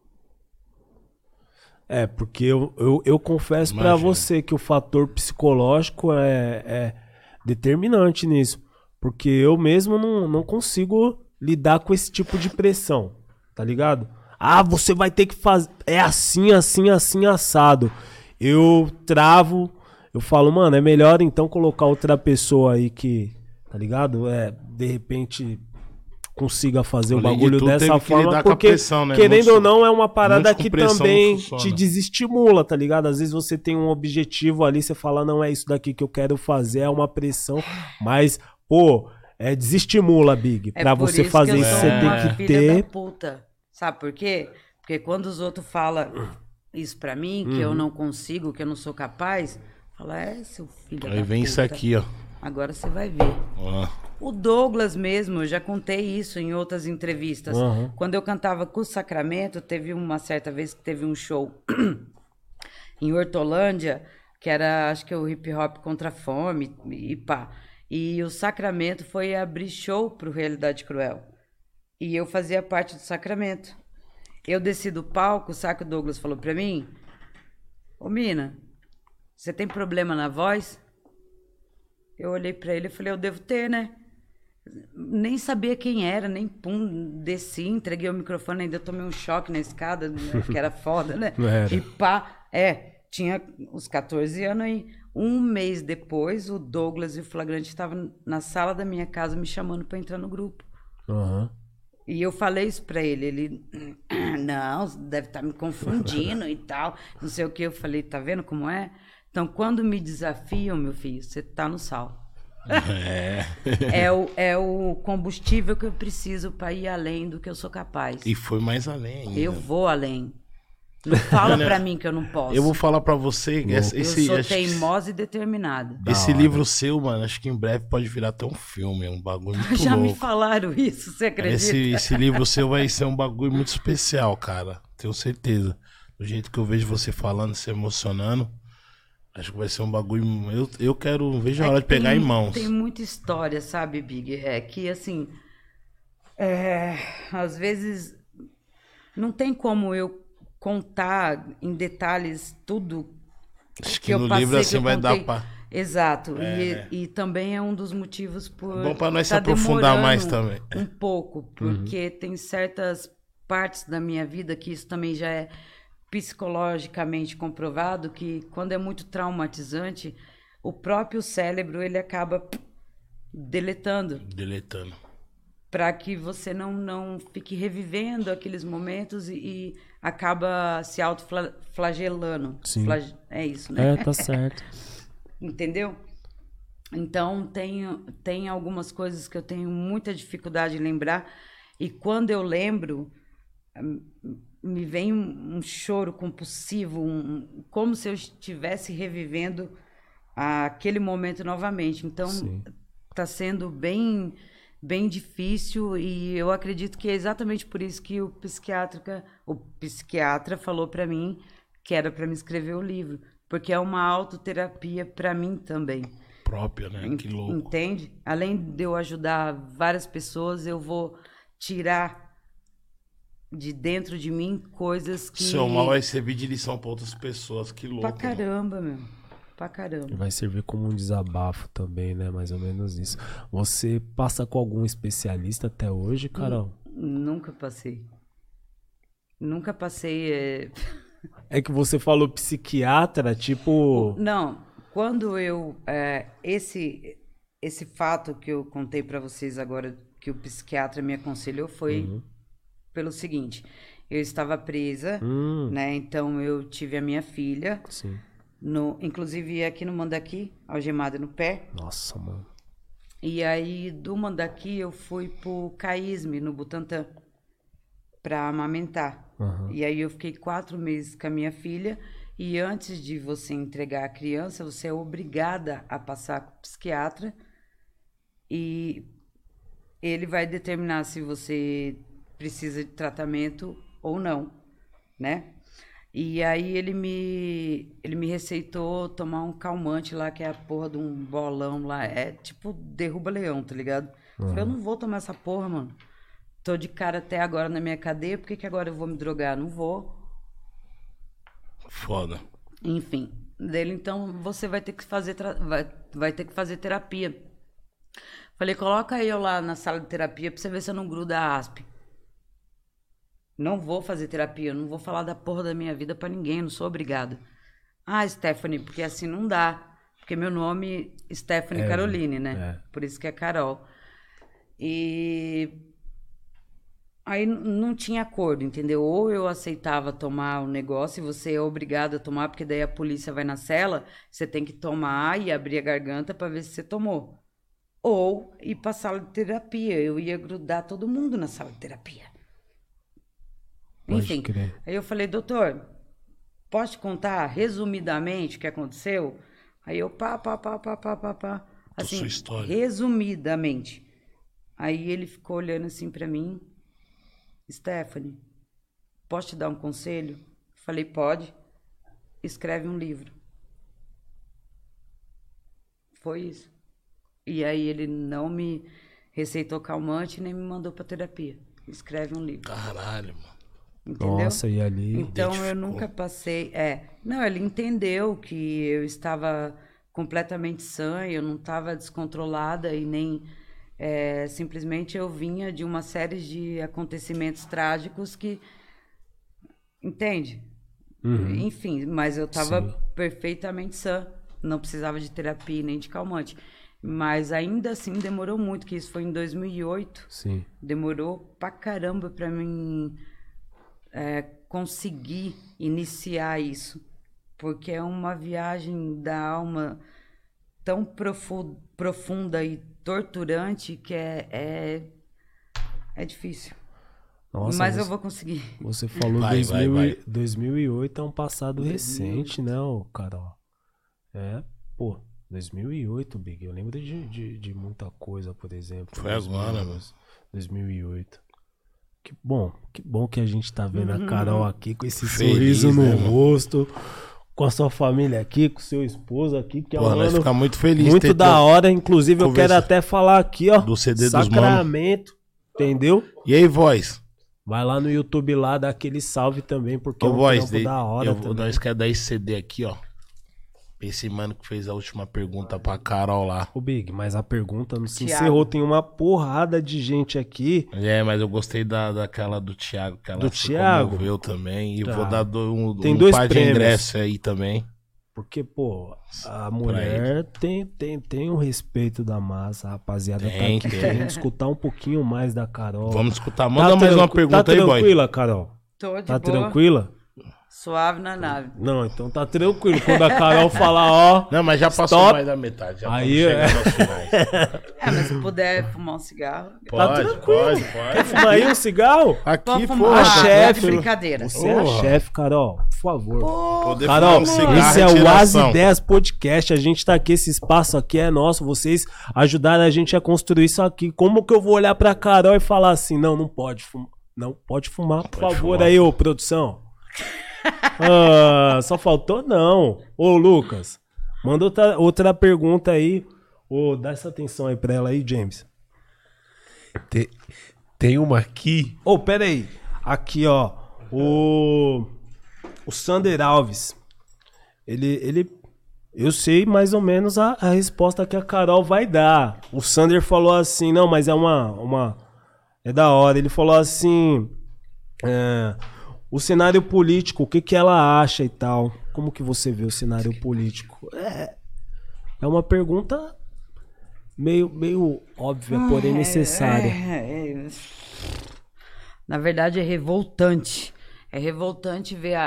Porque eu confesso para você que o fator psicológico é determinante nisso. Porque eu mesmo não consigo lidar com esse tipo de pressão, tá ligado? Ah, você vai ter que fazer... É assim, assim, assim, assado. Eu travo, eu falo, mano, é melhor então colocar outra pessoa aí que, tá ligado? De repente consiga fazer o bagulho dessa forma, porque pressão, né? Querendo ou não, é uma parada que também te desestimula, tá ligado? Às vezes você tem um objetivo ali, você fala, não é isso daqui que eu quero fazer, é uma pressão, mas, pô, desestimula, Big, pra você fazer isso, você tem que ter... Puta. Sabe por quê? Porque quando os outros falam isso pra mim, que eu não consigo, que eu não sou capaz, fala, seu filho da puta. Aí vem isso aqui, ó. Agora você vai ver. O Douglas mesmo, eu já contei isso em outras entrevistas. Quando eu cantava com o Sacramento, teve uma certa vez que teve um show em Hortolândia, que era, acho que o hip hop contra a fome e pá. E o Sacramento foi abrir show pro Realidade Cruel. E eu fazia parte do Sacramento. Eu desci do palco, sabe o Douglas falou pra mim? Ô, Mina, você tem problema na voz? Eu olhei pra ele e falei, eu devo ter, né? Nem sabia quem era, nem pum, desci, entreguei o microfone, ainda tomei um choque na escada, né, que era foda, né? E pá, tinha uns 14 anos aí. Um mês depois, o Douglas e o Flagrante estavam na sala da minha casa me chamando pra entrar no grupo. E eu falei isso pra ele, não, deve estar me confundindo e tal, não sei o que. Eu falei, tá vendo como é? Então, quando me desafiam, meu filho, você tá no sal. É o combustível que eu preciso para ir além do que eu sou capaz. E foi mais além ainda. Eu vou além. Não fala para mim que eu não posso. Eu vou falar para você. Eu sou teimosa e determinada. Esse livro seu, mano, acho que em breve pode virar até um filme, um bagulho muito Já louco. me falaram isso, você acredita? Esse livro seu vai ser um bagulho muito especial, cara. Tenho certeza. Do jeito que eu vejo você falando, se emocionando. Acho que vai ser um bagulho. Eu quero. Vejo a hora de pegar em mãos. Tem muita história, sabe, Big? É que assim. Às vezes. Não tem como eu contar em detalhes tudo. Acho que no livro assim vai dar pra. Exato. E também é um dos motivos por. Bom pra nós se aprofundar mais também. Um pouco. Porque tem certas partes da minha vida que isso também já é psicologicamente comprovado, que quando é muito traumatizante, o próprio cérebro ele acaba deletando para que você não fique revivendo aqueles momentos e acaba se autoflagelando. É isso, né? Tá certo. Entendeu? Então tem algumas coisas que eu tenho muita dificuldade em lembrar, e quando eu lembro me vem um choro compulsivo, como se eu estivesse revivendo aquele momento novamente. Então, está sendo bem, bem difícil, e eu acredito que é exatamente por isso que o psiquiatra falou para mim que era para me escrever o livro, porque é uma autoterapia para mim também. Própria, né? Que louco. Entende? Além de eu ajudar várias pessoas, eu vou tirar de dentro de mim coisas que... Seu mal vai servir de lição pra outras pessoas, que louco. Pra caramba, meu. Pra caramba. Vai servir como um desabafo também, né? Mais ou menos isso. Você passa com algum especialista até hoje, Carol? Nunca passei. Nunca passei. É que você falou psiquiatra, tipo... Não, quando eu... Esse fato que eu contei pra vocês agora, que o psiquiatra me aconselhou, foi... pelo seguinte, eu estava presa, né? Então eu tive a minha filha, inclusive aqui no Mandaki, algemada no pé. Nossa, mano. E aí do Mandaki eu fui pro Caísme, no Butantã, pra amamentar. E aí eu fiquei 4 meses com a minha filha, e antes de você entregar a criança, você é obrigada a passar com o psiquiatra, e ele vai determinar se você precisa de tratamento ou não, né? E aí ele me receitou tomar um calmante lá, que é a porra de um bolão lá, é tipo derruba-leão, tá ligado? Eu falei, eu não vou tomar essa porra, mano. Tô de cara até agora na minha cadeia, por que agora eu vou me drogar? Não vou. Foda. Enfim, dele, então você vai ter que fazer vai ter que fazer terapia. Falei, coloca eu lá na sala de terapia pra você ver se eu não gruda a aspe. Não vou fazer terapia, não vou falar da porra da minha vida pra ninguém, não sou obrigada. Ah, Stephanie, porque assim não dá. Porque meu nome é Stephanie Caroline, né? Por isso que é Carol. E aí não tinha acordo, entendeu? Ou eu aceitava tomar o negócio, e você é obrigado a tomar, porque daí a polícia vai na cela, você tem que tomar e abrir a garganta pra ver se você tomou. Ou ir pra sala de terapia. Eu ia grudar todo mundo na sala de terapia. Enfim, aí eu falei, doutor, posso te contar resumidamente o que aconteceu? Aí eu, assim, resumidamente. Aí ele ficou olhando assim pra mim. Stephanie, posso te dar um conselho? Falei, pode. Escreve um livro. Foi isso. E aí ele não me receitou calmante nem me mandou pra terapia. Escreve um livro. Caralho, mano. Entendeu? Nossa, e ali... Então eu nunca passei... Não, ele entendeu que eu estava completamente sã, eu não estava descontrolada e nem... simplesmente eu vinha de uma série de acontecimentos trágicos que... Entende? Enfim, mas eu estava perfeitamente sã. Não precisava de terapia nem de calmante. Mas ainda assim demorou muito, que isso foi em 2008. Sim. Demorou pra caramba pra mim conseguir iniciar isso. Porque é uma viagem da alma tão profunda e torturante que é difícil. Nossa, mas eu vou conseguir. Você falou Vai. 2008 é um passado recente, né, Carol? Pô, 2008, Big. Eu lembro de muita coisa, por exemplo. Foi agora, mano. 2008. Que bom que a gente tá vendo a Carol aqui com esse Feliz, sorriso no né, mano? rosto, com a sua família aqui, com o seu esposo aqui, que é um Nós ano ficamos muito felizes. muito da hora. Inclusive, eu quero conversa até falar aqui, ó, do CD dos mano. Sacramento, entendeu? E aí, voz? Vai lá no YouTube lá, dá aquele salve também, porque Ô, é um voz, trampo da hora também. nós queremos dar esse CD aqui, ó. Esse mano que fez a última pergunta pra Carol lá. Ô, Big, mas a pergunta não se Thiago. encerrou. Tem uma porrada de gente aqui. Mas eu gostei daquela do Thiago, que ela Do se Thiago? comoveu também. E Tá. vou dar Tem um dois par de prêmios. ingresso aí também. Porque, pô, a mulher tem um respeito da massa. A rapaziada Tem, tá aqui tem. querendo escutar um pouquinho mais da Carol. Vamos escutar. Manda mais uma pergunta aí, boy. Tá tranquila, Carol? Tô de Tá boa, tranquila? suave na nave. Não, então tá tranquilo. Quando a Carol falar, ó... Não, mas já passou Stop. mais da metade. Já Aí, estamos chegando aos finais. Mas se puder fumar um cigarro... Pode, tranquilo. pode. Fuma aí um cigarro? Aqui, Pode pô. fumar, a tá chefe- de brincadeira. Você é a chefe, Carol. Por favor. Poder Carol, fumar um cigarro esse é o tiração. As Ideias Podcast. A gente tá aqui, esse espaço aqui é nosso. Vocês ajudaram a gente a construir isso aqui. Como que eu vou olhar pra Carol e falar assim, não pode fumar. Não pode fumar, por favor, fumar. aí, ô, produção. Só faltou não. Ô, Lucas, manda outra pergunta aí. Dá essa atenção aí pra ela aí, James. Tem uma aqui. Pera aí. Aqui, ó. O Sander Alves. Eu sei mais ou menos a resposta que a Carol vai dar. O Sander falou assim, não, mas é é da hora. Ele falou assim, o cenário político, o que ela acha e tal. Como que você vê o cenário político? É uma pergunta meio óbvia, porém necessária. Na verdade, é revoltante. É revoltante ver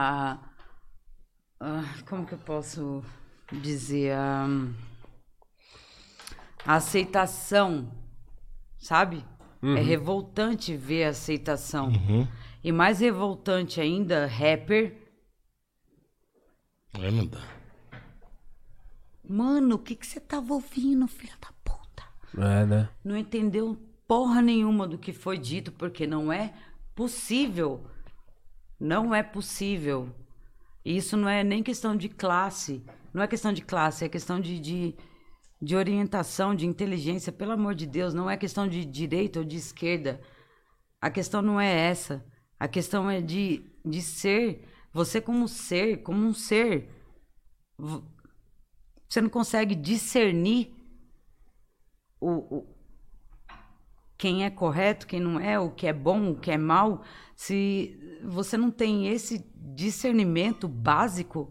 como que eu posso dizer? A aceitação, sabe? É revoltante ver a aceitação. E mais revoltante ainda, rapper. Não dá. Mano, o que você tava ouvindo, filha da puta? Né? Não entendeu porra nenhuma do que foi dito, porque não é possível. Não é possível. Isso não é nem questão de classe. Não é questão de classe, é questão de orientação, de inteligência. Pelo amor de Deus, não é questão de direita ou de esquerda. A questão não é essa. A questão é de ser. Você como um ser. Você não consegue discernir quem é correto, quem não é, o que é bom, o que é mal. Se você não tem esse discernimento básico,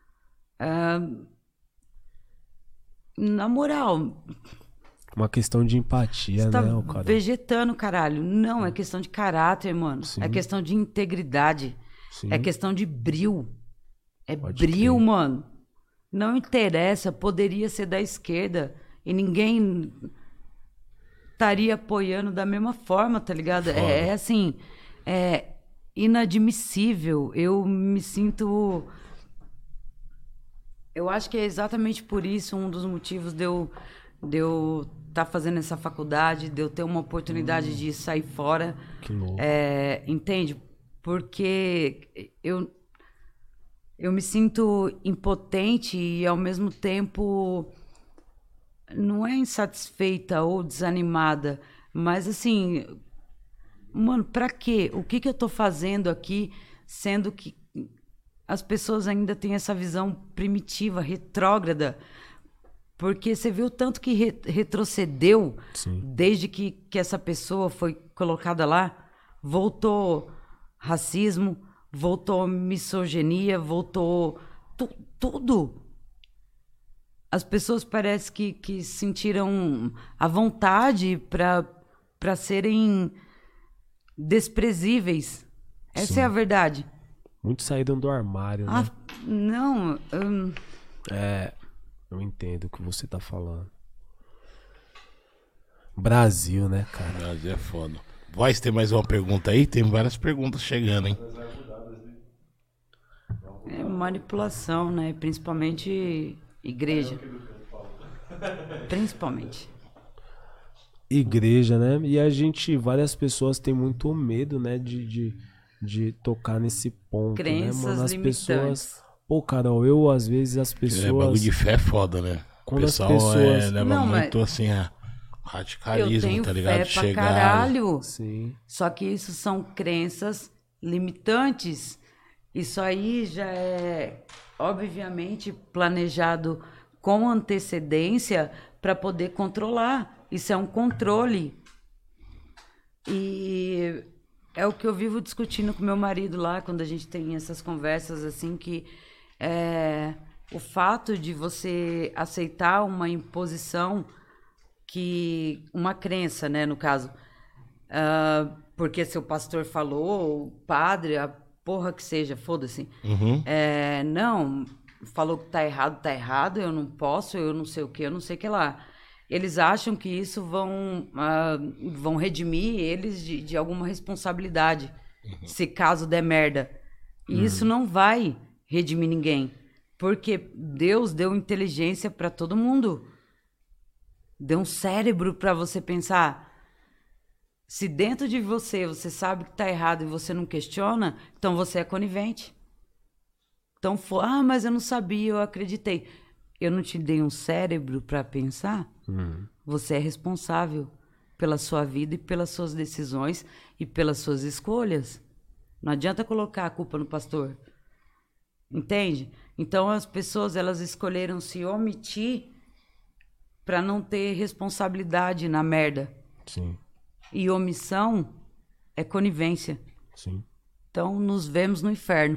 na moral, Uma questão de empatia, você tá né, cara? vegetando, caralho. Não, é questão de caráter, mano. Sim. É questão de integridade. Sim. É questão de bril. É Pode bril, crer. mano. Não interessa, poderia ser da esquerda e ninguém estaria apoiando da mesma forma, tá ligado? É assim, é inadmissível. Eu me sinto... Eu acho que é exatamente por isso um dos motivos de eu estar fazendo essa faculdade, de eu ter uma oportunidade de sair fora. Que louco. Entende? Porque eu me sinto impotente e, ao mesmo tempo, não é insatisfeita ou desanimada, mas assim, mano, pra quê? O que eu tô fazendo aqui, sendo que as pessoas ainda têm essa visão primitiva, retrógrada? Porque você viu tanto que retrocedeu. Sim. Desde que essa pessoa foi colocada lá, voltou racismo, voltou misoginia, voltou tudo. As pessoas parece que sentiram a vontade para serem desprezíveis. Essa é a verdade. Muitos saíram do armário, né? Não. Eu entendo o que você tá falando. Brasil, né, cara? Brasil é foda. Voz, tem mais uma pergunta aí? Tem várias perguntas chegando, hein? É manipulação, né? Principalmente igreja. Principalmente. Igreja, né? E várias pessoas têm muito medo, né? De tocar nesse ponto, crenças, né, mano? As limitantes. Pessoas... Pô, Carol, às vezes as pessoas... bagulho de fé é foda, né? Quando o pessoal as pessoas... leva muito assim a radicalismo, tá ligado? Eu tenho fé pra caralho. Sim. Só que isso são crenças limitantes. Isso aí já é, obviamente, planejado com antecedência para poder controlar. Isso é um controle. E é o que eu vivo discutindo com meu marido lá, quando a gente tem essas conversas, assim, que o fato de você aceitar uma imposição, uma crença, né, no caso, porque seu pastor falou, o padre, a porra que seja, foda-se. Uhum. Não, falou que tá errado, eu não posso, eu não sei o que, eu não sei o que lá. Eles acham que isso vão redimir eles de alguma responsabilidade, se caso der merda. E isso não vai redimir ninguém, porque Deus deu inteligência para todo mundo. Deu um cérebro para você pensar. Se dentro de você sabe que tá errado e você não questiona, então você é conivente. Então, mas eu não sabia, eu acreditei. Eu não te dei um cérebro para pensar? Você é responsável pela sua vida e pelas suas decisões e pelas suas escolhas. Não adianta colocar a culpa no pastor. Entende? Então, as pessoas, elas escolheram se omitir para não ter responsabilidade na merda. Sim. E omissão é conivência. Sim. Então, nos vemos no inferno.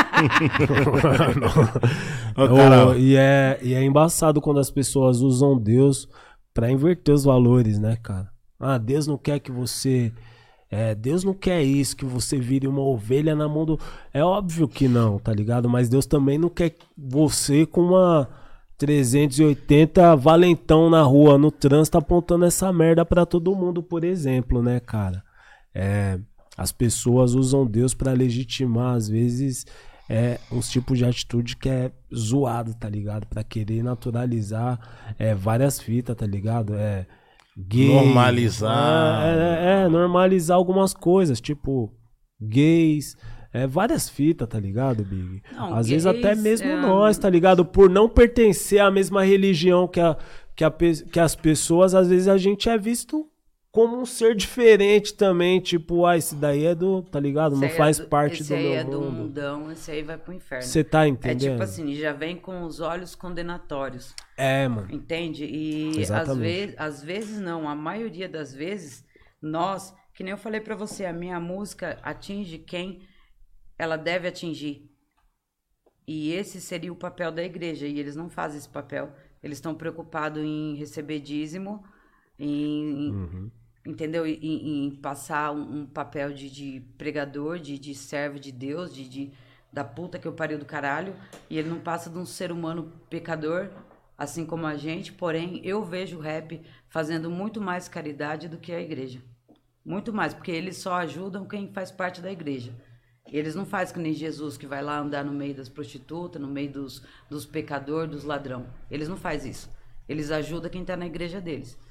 E é embaçado quando as pessoas usam Deus pra inverter os valores, né, cara? Deus não quer que você... Deus não quer isso, que você vire uma ovelha na mão do... É óbvio que não, tá ligado? Mas Deus também não quer você com uma 380 valentão na rua, no trânsito, apontando essa merda pra todo mundo, por exemplo, né, cara? As pessoas usam Deus pra legitimar, às vezes, uns tipos de atitude que é zoado, tá ligado? Pra querer naturalizar várias fitas, tá ligado? Gay, normalizar. Normalizar algumas coisas, tipo gays, várias fitas, tá ligado, Big? Não, às gays, vezes até mesmo nós, tá ligado? Por não pertencer à mesma religião que as pessoas, às vezes a gente é visto como um ser diferente também, tipo, esse daí é do, tá ligado? Não faz parte do meu mundo. Esse aí é do mundão, esse aí vai pro inferno. Você tá entendendo? É tipo assim, já vem com os olhos condenatórios. Mano. Entende? E às vezes não, a maioria das vezes, nós, que nem eu falei pra você, a minha música atinge quem ela deve atingir. E esse seria o papel da igreja, e eles não fazem esse papel. Eles estão preocupados em receber dízimo, entendeu? Em passar um papel de pregador, de servo de Deus, da puta que eu pariu do caralho, e ele não passa de um ser humano pecador, assim como a gente, porém eu vejo o rap fazendo muito mais caridade do que a igreja. Muito mais, porque eles só ajudam quem faz parte da igreja. Eles não fazem que nem Jesus, que vai lá andar no meio das prostitutas, no meio dos pecadores, dos ladrão. Eles não fazem isso. Eles ajudam quem tá na igreja deles.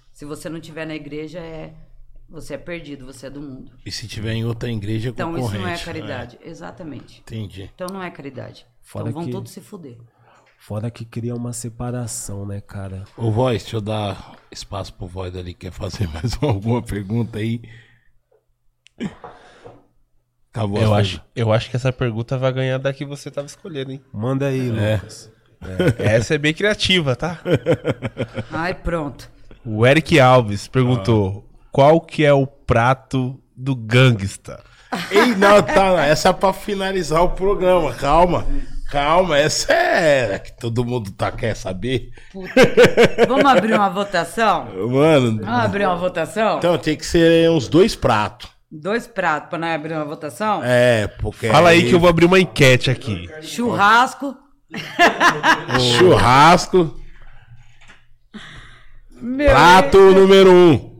Se você não estiver na igreja, você é perdido, você é do mundo. E se tiver em outra igreja, é Então concorrente. isso não é caridade. Exatamente. Entendi. Então não é caridade. Fora então vão que- todos se fuder. Fora que cria uma separação, né, cara? Ô, Voz, deixa eu dar espaço pro Voz ali, quer fazer mais alguma pergunta aí? Acabou Eu acho que essa pergunta vai ganhar da que você tava escolhendo, hein? Manda aí, Lucas. Essa é bem criativa, tá? Ai, pronto. O Eric Alves perguntou: qual que é o prato do gangsta? Ei, não, tá, essa é pra finalizar o programa, calma. Calma, essa é que todo mundo quer saber. Puta. Vamos abrir uma votação? Mano, Vamos abrir uma votação? então tem que ser uns 2 pratos. 2 pratos pra nós abrir uma votação? É, porque... Fala aí que eu vou abrir uma enquete aqui. Churrasco. Churrasco, Meu prato Deus, número 1.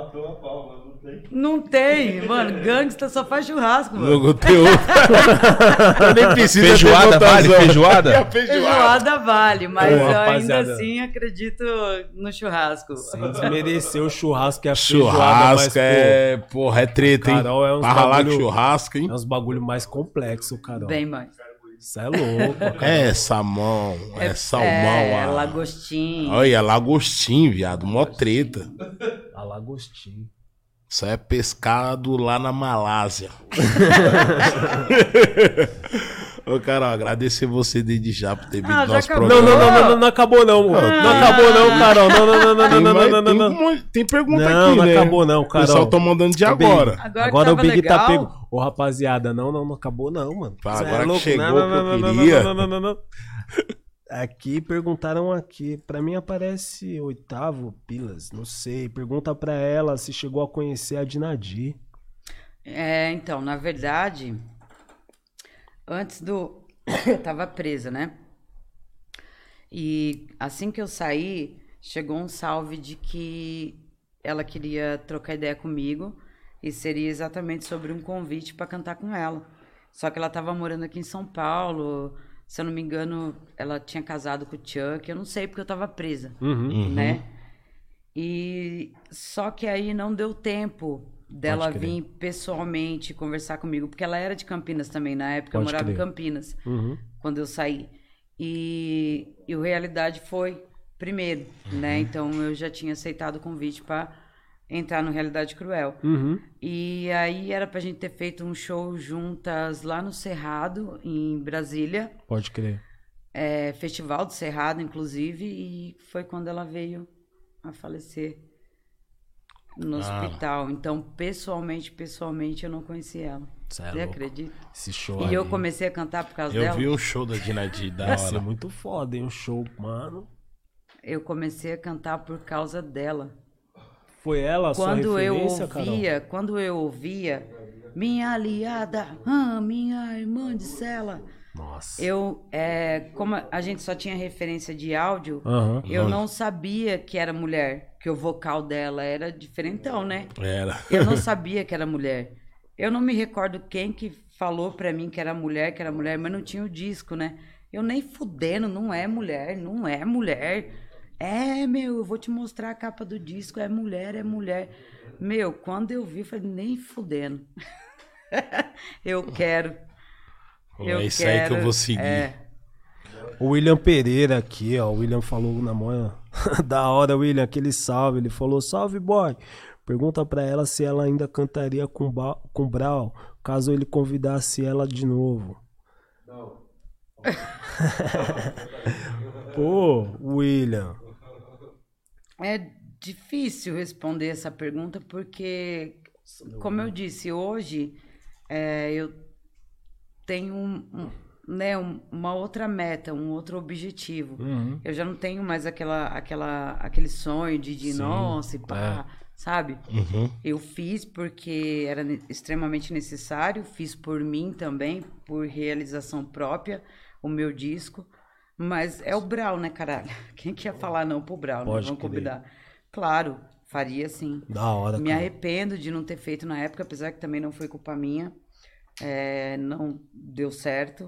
Não tem, mano. Gangsta só faz churrasco, mano. Não tem outro. Eu nem precisa Feijoada, ter vale? votação. Feijoada? É a feijoada. Feijoada vale, mas Ô, eu ainda rapaziada. assim acredito no churrasco. Sem desmerecer o churrasco e a feijoada, mas, Churrasco é... Porra, é treta, hein? Carol é uns Pra ralar com bagulho- churrasco, hein? é uns bagulho mais complexo, Carol. Bem mais. Isso é louco, cara. É salmão, é salmão. É, ah. lagostim. Olha, lagostim, viado, mó treta. A lagostim. Isso é pescado lá na Malásia. Ô, Carol, agradecer você desde já por ter vindo Ah, no já nosso acabou? programa. Não acabou não. Não acabou não, Carol. Não. Tem pergunta Não, aqui, não né? acabou não, O pessoal Carol. tá mandando de O Big- agora. Agora Agora que o tava Big tá legal. pego. Ô, rapaziada, não acabou não, mano. Fala, Cê é agora que louco. chegou Não, que eu queria. não. Aqui, perguntaram aqui. Pra mim aparece 8º Pilas, não sei. Pergunta pra ela se chegou a conhecer a Dinadi. Então, na verdade, antes do... Eu tava presa, né? E assim que eu saí, chegou um salve de que ela queria trocar ideia comigo e seria exatamente sobre um convite para cantar com ela. Só que ela tava morando aqui em São Paulo, se eu não me engano, ela tinha casado com o Chuck, eu não sei porque eu tava presa, né? E só que aí não deu tempo dela Pode crer. vir pessoalmente conversar comigo, porque ela era de Campinas também, na época eu Pode morava em crer. Campinas, Uhum. quando eu saí. E o Realidade foi primeiro, né? Então eu já tinha aceitado o convite para entrar no Realidade Cruel. Uhum. E aí era pra gente ter feito um show juntas lá no Cerrado, em Brasília. Pode crer. Festival do Cerrado, inclusive, e foi quando ela veio a falecer no hospital. Então, pessoalmente, eu não conheci ela. Cê é Você louco. acredita? Esse show E aí eu comecei a cantar por causa Eu dela. vi um show da Dinadi da Vai ser hora. muito foda, hein? O show, mano. Eu comecei a cantar por causa dela. Foi ela a sua Quando eu referência, Carol? quando eu ouvia minha aliada, minha irmã de cela, Nossa. como a gente só tinha referência de áudio, Aham. eu não sabia que era mulher, que o vocal dela era diferentão, né? Era. Eu não sabia que era mulher. Eu não me recordo quem que falou pra mim que era mulher, mas não tinha o disco, né? Eu nem fudendo, não é mulher. Eu vou te mostrar a capa do disco, é mulher. Meu, quando eu vi, eu falei, nem fudendo. Eu quero. É isso aí que eu vou seguir. O William Pereira aqui, ó. O William falou na manhã. Da hora, William, aquele salve. Ele falou, salve, boy. Pergunta pra ela se ela ainda cantaria com Brau, caso ele convidasse ela de novo. Não. Pô, William. É difícil responder essa pergunta porque, como eu disse, hoje eu tenho uma outra meta, um outro objetivo. Eu já não tenho mais aquele sonho de nossa, e pá, sabe? Eu fiz porque era extremamente necessário, fiz por mim também, por realização própria, o meu disco. Mas é o Brau, né, caralho? Quem que ia falar não pro Brau, né? Pode Vamos crer. combinar. Claro, faria sim. Da hora, Me cara. arrependo de não ter feito na época, apesar que também não foi culpa minha. Não deu certo.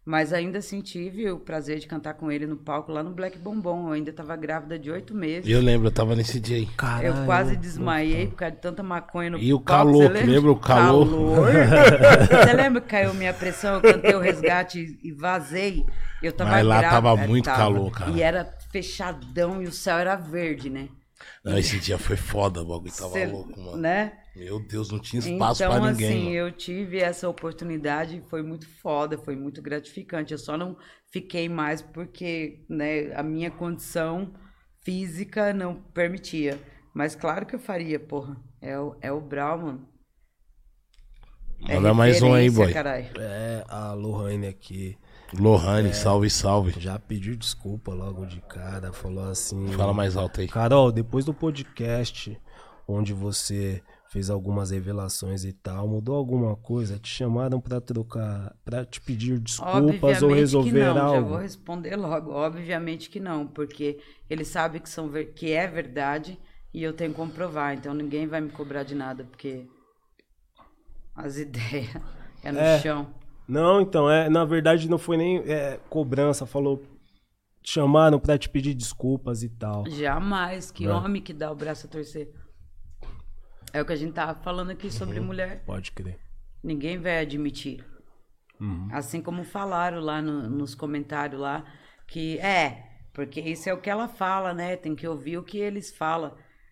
Mas ainda assim tive o prazer de cantar com ele no palco lá no Black Bombom. Eu ainda tava grávida de 8 meses. Eu lembro, eu tava nesse dia aí. Caralho, Eu quase desmaiei por causa de tanta maconha no palco. E o calor, lembra o calor? Você lembra que caiu minha pressão? Eu cantei o resgate e vazei. Eu tava Mas lá grávida. tava muito calor, cara. E era fechadão e o céu era verde, né? Não, esse dia foi foda, o bagulho tava Cê, louco, mano. Né? Meu Deus, não tinha espaço Então, pra ninguém. assim, Mano. eu tive essa oportunidade, foi muito foda, foi muito gratificante. Eu só não fiquei mais porque, né, a minha condição física não permitia. Mas claro que eu faria, porra. É o Brau, mano. Manda mais um aí, boy. Carai. A Lohane aqui. Lohane, salve, salve. Já pediu desculpa logo de cara, falou assim... Fala mais alto aí. Carol, depois do podcast, onde você fez algumas revelações e tal, mudou alguma coisa? Te chamaram pra trocar, pra te pedir desculpas ou resolver que não, algo? Já vou responder logo. Obviamente que não, porque ele sabe que é verdade e eu tenho que comprovar. Então ninguém vai me cobrar de nada, porque as ideias é no chão. Não, então, na verdade não foi nem cobrança, falou, chamaram pra te pedir desculpas e tal. Jamais, que homem que dá o braço a torcer. É o que a gente tava falando aqui sobre mulher. Pode crer. Ninguém vai admitir. Assim como falaram lá nos comentários lá, que porque isso é o que ela fala, né? Tem que ouvir o que eles falam.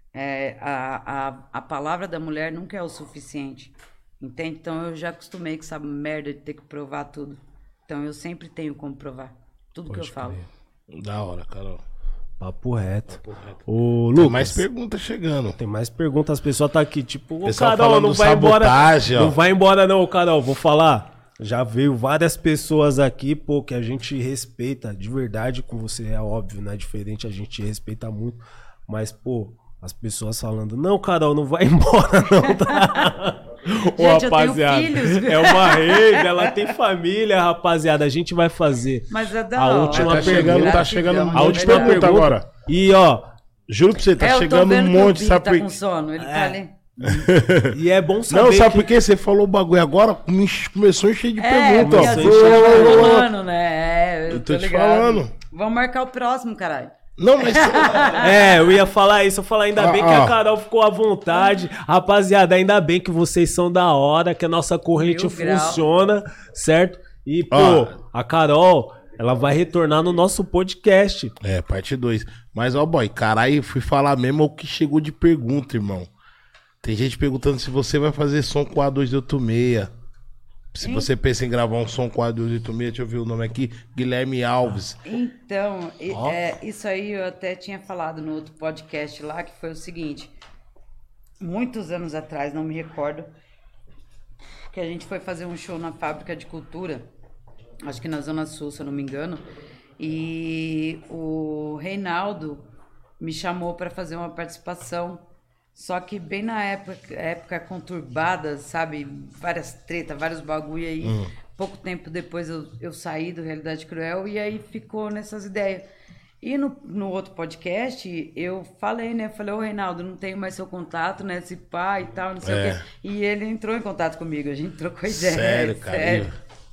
A palavra da mulher nunca é o suficiente. Entende? Então eu já acostumei com essa merda de ter que provar tudo. Então eu sempre tenho como provar tudo que eu falo. Da hora, Carol. Papo reto. Ô, Lucas, tem mais perguntas chegando. Tem mais perguntas, as pessoas tá aqui, tipo, ô Pessoal Carol, falando não vai embora. sabotagem, ó. Não vai embora não, Carol, vou falar. Já veio várias pessoas aqui, pô, que a gente respeita, de verdade, com você é óbvio, não é diferente, a gente respeita muito. Mas, pô, as pessoas falando, não, Carol, não vai embora não, tá? Ô, Gente, rapaziada, eu tenho filhos. é uma rede, ela tem família, rapaziada. A gente vai fazer Mas é da a hora. última Tá pergunta. chegando um A monte de última pergunta agora. E ó, Juro pra você, tá eu tô chegando um vendo que monte, o Bi sabe tá por com sono, ele tá ali. e é bom saber Não, sabe que... por quê? Você falou o bagulho agora, começou a encher de pergunta. Porque ó. a gente tá falando, né? Eu tô te ligado. falando. Vamos marcar o próximo, caralho. Não, mas... eu ia falar isso, eu falar ainda bem que a Carol ficou à vontade. Rapaziada, ainda bem que vocês são da hora, que a nossa corrente 1000 graus. funciona, certo? E, pô, a Carol, ela vai retornar no nosso podcast. parte 2. Mas, ó, boy, caralho, fui falar mesmo o que chegou de pergunta, irmão. Tem gente perguntando se você vai fazer som com a A286. Se você pensa em gravar um som com a A286, deixa eu ver o nome aqui, Guilherme Alves. Então, isso aí eu até tinha falado no outro podcast lá, que foi o seguinte. Muitos anos atrás, não me recordo, que a gente foi fazer um show na Fábrica de Cultura, acho que na Zona Sul, se eu não me engano, e o Reinaldo me chamou para fazer uma participação, só que bem na época conturbada, sabe, várias tretas, vários bagulho aí, pouco tempo depois eu saí do Realidade Cruel e aí ficou nessas ideias. E no outro podcast, eu falei, né? Falei, ô Reinaldo, não tenho mais seu contato, né? Esse pai e tal, não sei o quê. E ele entrou em contato comigo, a gente trocou ideia. Sério, cara? Sério.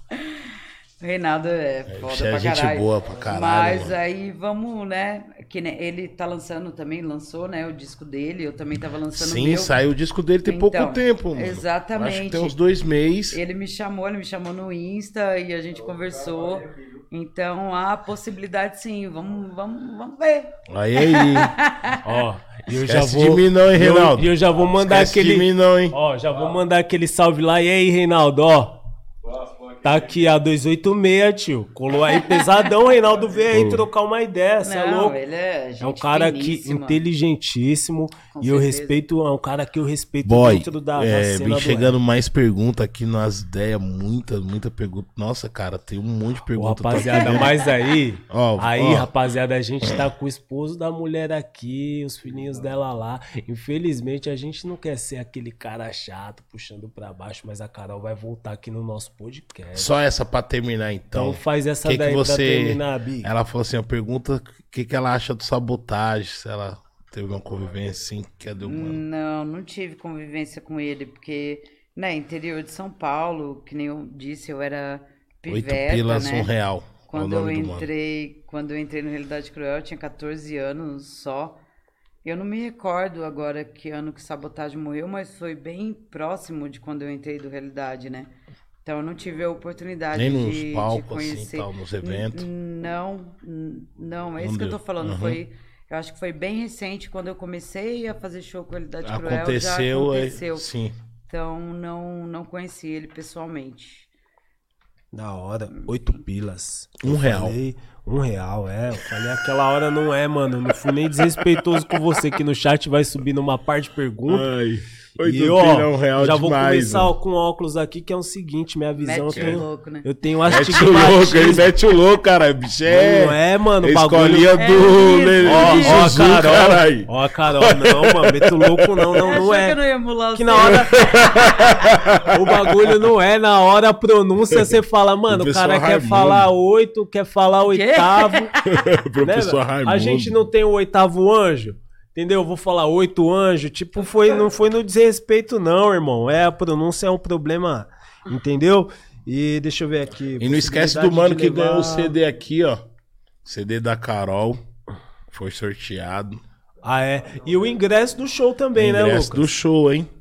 O Reinaldo é foda pra gente caralho. boa pra caralho, Mas mano. aí vamos, né? Que né, ele tá lançando também, lançou, né? O disco dele, eu também tava lançando o Sim, meu. saiu o disco dele tem pouco Então, tempo, mano. exatamente. Acho que tem uns 2 meses. Ele me chamou no Insta e a gente conversou. Então há possibilidade sim, vamos ver. Aí. Ó, e eu Esquece de mim não, hein, e Reinaldo? eu já vou mandar Esquece de aquele... mim não, hein? Ó, já vou mandar aquele salve lá. E aí, Reinaldo, ó. Tá aqui a 286, tio. Colou aí pesadão, Reinaldo veio aí trocar uma ideia, cê é louco. Ele é gente É um cara que finíssima. inteligentíssimo Com e eu certeza. respeito, é um cara que eu respeito Boy, dentro da cena vem do chegando mais pergunta aqui nas ideias, muita pergunta. Nossa, cara, tem um monte de Ô, pergunta. rapaziada, mas aí, Ó, rapaziada, a gente tá com o esposo da mulher aqui, os filhinhos dela lá. Infelizmente, a gente não quer ser aquele cara chato, puxando pra baixo, mas a Carol vai voltar aqui no nosso podcast. Só essa pra terminar, então. Então faz essa Que daí pra você... terminar, Bi. Ela falou assim, a pergunta, o que ela acha do sabotagem, se ela teve uma convivência assim, que é do humano. Não tive convivência com ele, porque, né, interior de São Paulo, que nem eu disse, eu era piveta, 8 pilas, né? R$1. Quando eu entrei no Realidade Cruel, eu tinha 14 anos só. Eu não me recordo agora que ano que Sabotagem morreu, mas foi bem próximo de quando eu entrei do Realidade, né? Então eu não tive a oportunidade Nem nos de palcos, conhecer. assim, tal, nos eventos? Não, é isso que eu tô falando. Eu acho que foi bem recente, quando eu comecei a fazer show com Realidade Cruel, já aconteceu. Sim. Então não conheci ele pessoalmente. Da hora, 8 pilas. R$1. Falei, R$1, Eu falei, aquela hora não é, mano. Não fui nem desrespeitoso com você, que no chat vai subir numa parte de pergunta. Ai, 8 E ó, pilas, R$1 já vou demais, começar mano. com óculos aqui, que é o seguinte, minha visão, Mete o louco, né? eu tenho Mete o louco, ele astigmatismo. mete o louco, cara. Bicho Não é, mano, o bagulho... Escolinha do Ó, Jesus, Carol, caralho. ó, Carol, não, mano, meto louco não Achou é. que eu não ia emular o Que na hora. O bagulho não é, na hora a pronúncia você fala, mano, o Professor cara quer Raimundo. falar 8, quer falar oitavo. Professor Né, Raimundo. a gente não tem o oitavo anjo, entendeu? Eu vou falar 8 anjos, tipo, não foi no desrespeito não, irmão. A pronúncia é um problema, entendeu? E deixa eu ver aqui. E não esquece do mano que ganhou o CD aqui, ó. CD da Carol. Foi sorteado. Ah, é. E o ingresso do show também, né, Lucas? Ingresso do show, hein?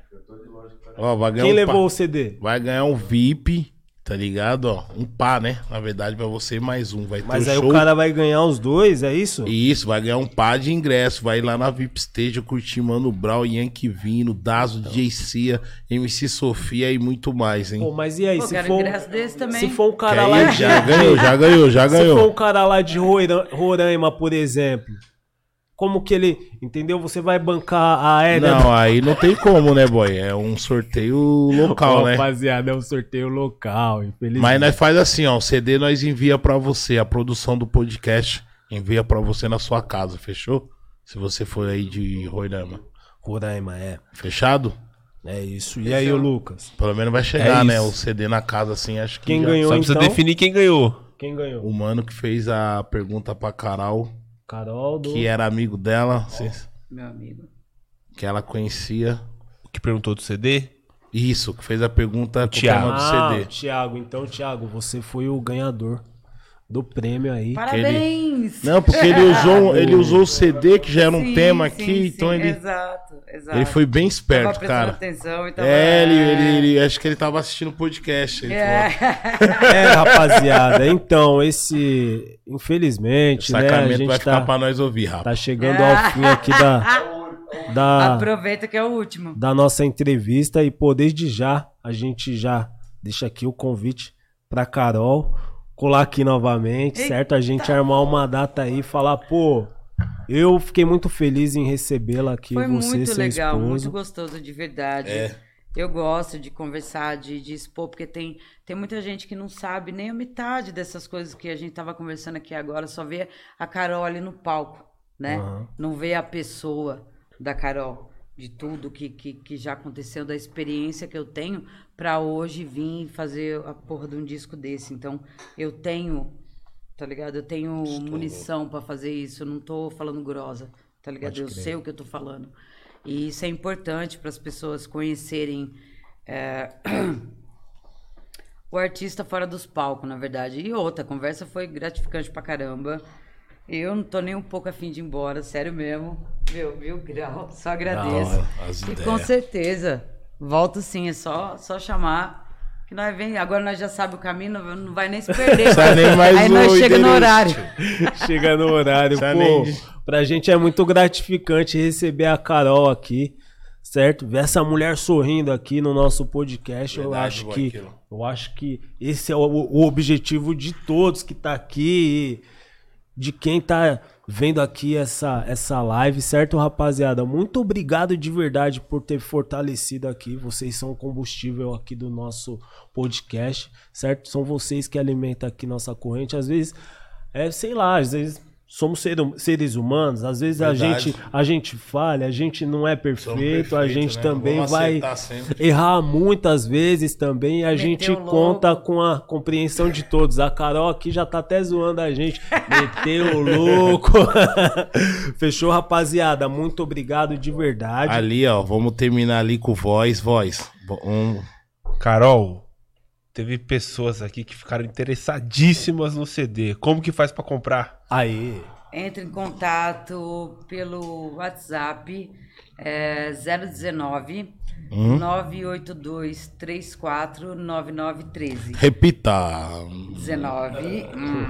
Ó, vai ganhar Quem um levou pá. o CD? Vai ganhar um VIP, tá ligado? Ó, um pá, né? Na verdade, pra você mais um. Vai ter Mas o aí show. o cara vai ganhar os dois, é isso? Isso, vai ganhar um pá de ingresso. Vai ir lá na VIP Stage curtir Mano Brown, Yankee Vino, Dazo, DJ Cia, MC Sofia e muito mais, hein? Pô, mas e aí, Pô, se quero for, ingresso desse também. se for um Que cara aí lá de... já ganhou. Se for um cara lá de Roraima, por exemplo, como que ele, entendeu? Você vai bancar a aérea? Não, aí não tem como, né, boy? É um sorteio local, né? Rapaziada, é um sorteio local, infelizmente. Mas nós faz assim, ó, o CD nós envia pra você, a produção do podcast envia pra você na sua casa, fechou? Se você for aí de Roraima. Roraima, é. Fechado? É isso. E aí, o Lucas? Pelo menos vai chegar, né, isso. o CD na casa, assim, acho que Quem já... ganhou, Só precisa então? definir quem ganhou. Quem ganhou? O mano que fez a pergunta pra Carol, Carol do... que era amigo dela, Meu amigo. que ela conhecia. Que perguntou do CD? Isso, que fez a pergunta com o Thiago. tema do CD. Thiago. Então, Thiago, você foi o ganhador do prêmio aí. Parabéns! Não, porque ele usou o CD, que já era um Sim, tema sim, aqui, sim, então ele... Exato. Ele foi bem Tava esperto, prestando cara. atenção e tava... Ele acho que ele tava assistindo o podcast. Ele falou, É, rapaziada. Então, infelizmente, o né, a sacramento gente vai ficar tá pra nós ouvir, rapaz. Tá chegando ao fim aqui Aproveita que é o último. da nossa entrevista e, pô, desde já, a gente já deixa aqui o convite pra Carol colar aqui novamente, Eita. certo? A gente armar uma data aí e falar, pô, eu fiquei muito feliz em recebê-la aqui, Foi você, muito seu legal, muito esposo. gostoso, de verdade. É. Eu gosto de conversar, de expor, porque tem muita gente que não sabe nem a metade dessas coisas que a gente tava conversando aqui agora, só vê a Carol ali no palco, né? Uhum. Não vê a pessoa da Carol, de tudo que já aconteceu, da experiência que eu tenho pra hoje vir fazer a porra de um disco desse. Então, eu tenho, tá ligado? Eu tenho munição pra fazer isso, eu não tô falando grosa, tá ligado? Pode Eu crer. sei o que eu tô falando. E isso é importante para as pessoas conhecerem o artista fora dos palcos, na verdade. E outra, a conversa foi gratificante pra caramba. Eu não tô nem um pouco afim de ir embora, sério mesmo. Mil grau, só agradeço. Da hora, as E ideias. com certeza, volto sim, é só chamar. Que nós vem, agora nós já sabemos o caminho, não vai nem se perder. Sabe nem mais Aí o nós chega no endereço. horário. Chega no horário, Já pô. nem- Pra gente é muito gratificante receber a Carol aqui, certo? Ver essa mulher sorrindo aqui no nosso podcast. Verdade, Eu acho que esse é o objetivo de todos que tá aqui, e de quem tá vendo aqui essa live, certo, rapaziada? Muito obrigado de verdade por ter fortalecido aqui. Vocês são o combustível aqui do nosso podcast, certo? São vocês que alimentam aqui nossa corrente. Às vezes, sei lá, às vezes somos seres humanos, às vezes Verdade. a gente falha, a gente não é perfeito, a perfeitos, gente né? também Vamos vai acertar sempre. errar muitas vezes também, e a gente o louco. conta com a compreensão de todos. A Carol aqui já tá até zoando a gente. Meteu o louco. Fechou, rapaziada? Muito obrigado de verdade. Ali, ó, vamos terminar ali com voz. Carol, Teve pessoas aqui que ficaram interessadíssimas no CD. Como que faz pra comprar? Aí. Entre em contato pelo WhatsApp 019 982 34 9913. Repita. 19.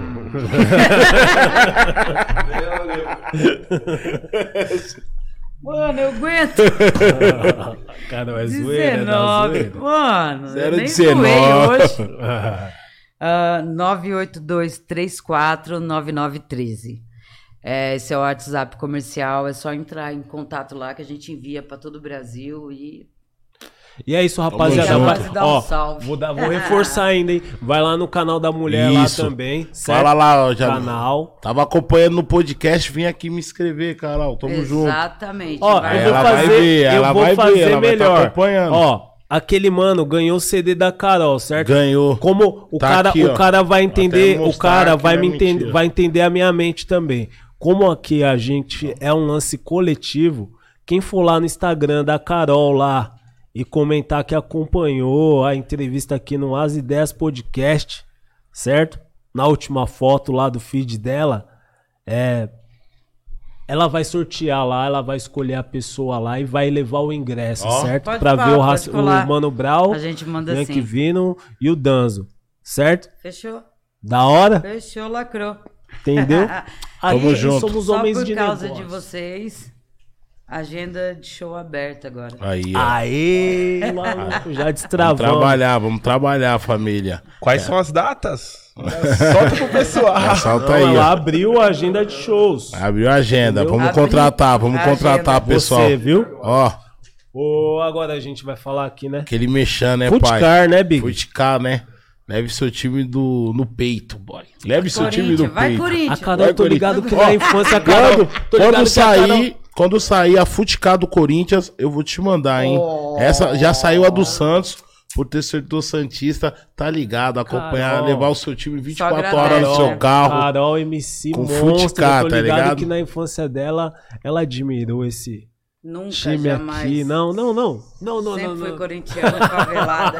Mano, eu aguento. Cara, é zoeira, 19. Mano, eu nem 019. zoei hoje. 982 34 9913. Esse é o WhatsApp comercial. É só entrar em contato lá que a gente envia para todo o Brasil e... E é isso, rapaziada. Tamo Vai, junto. Dá um ó, salve. vou reforçar ainda, hein? Vai lá no canal da mulher Isso. lá também. Certo? Fala lá, ó, já Canal. tava acompanhando no podcast, vim aqui me inscrever, Carol. Tamo junto. Exatamente. Ó, Vai eu vou ela lá. vai fazer, ver, ela eu vou vai ver, fazer ela vai tá melhor. acompanhando. Ó, aquele mano ganhou o CD da Carol, certo? Ganhou. Como o Tá cara, aqui, ó. o cara vai entender, Vou até o mostrar cara que vai não é me entender, mentira. vai entender a minha mente também. Como aqui a gente é um lance coletivo, quem for lá no Instagram da Carol lá e comentar que acompanhou a entrevista aqui no As Ideias Podcast, certo? Na última foto lá do feed dela, ela vai sortear lá, ela vai escolher a pessoa lá e vai levar o ingresso, Ó. certo? Pode Pra falar, ver pode colar. o Mano Brown, A gente manda Yankee sim. Vino e o Danzo, certo? Fechou? Da hora? Fechou, lacrou. Entendeu? Tamo junto. somos Só homens por de causa negócio. de vocês, agenda de show aberta agora. Aí, ó. Aê, maluco, já Vamos destravamos. vamos trabalhar, família. Quais são as datas? Solta pro pessoal. Salta Não, aí, ela ó. abriu a agenda de shows. Abriu a agenda, Entendeu? vamos Abriu contratar, vamos a contratar, agenda. pessoal. Você, viu? Ó, Agora a gente vai falar aqui, né? aquele mexendo, né, pai? Futcar, né, Big? Futcar, né? Leve seu time no peito, boy. Leve seu time no Corinthians, vai peito. A Corinthians. Carol, tô ligado que Ó, na infância a Carol... tô ligado Quando sair a Futcar do Corinthians, eu vou te mandar, hein? Essa já saiu a do Santos. Por ter sido santista, tá ligado? Acompanhar, Carol. levar o seu time 24 agradece, horas no seu né? carro. Carol MC Com monstro, Futcar, eu tô tá ligado ligado? que na infância dela, ela admirou esse Nunca, time jamais. aqui. Não. Sempre fui corintiana, favelada.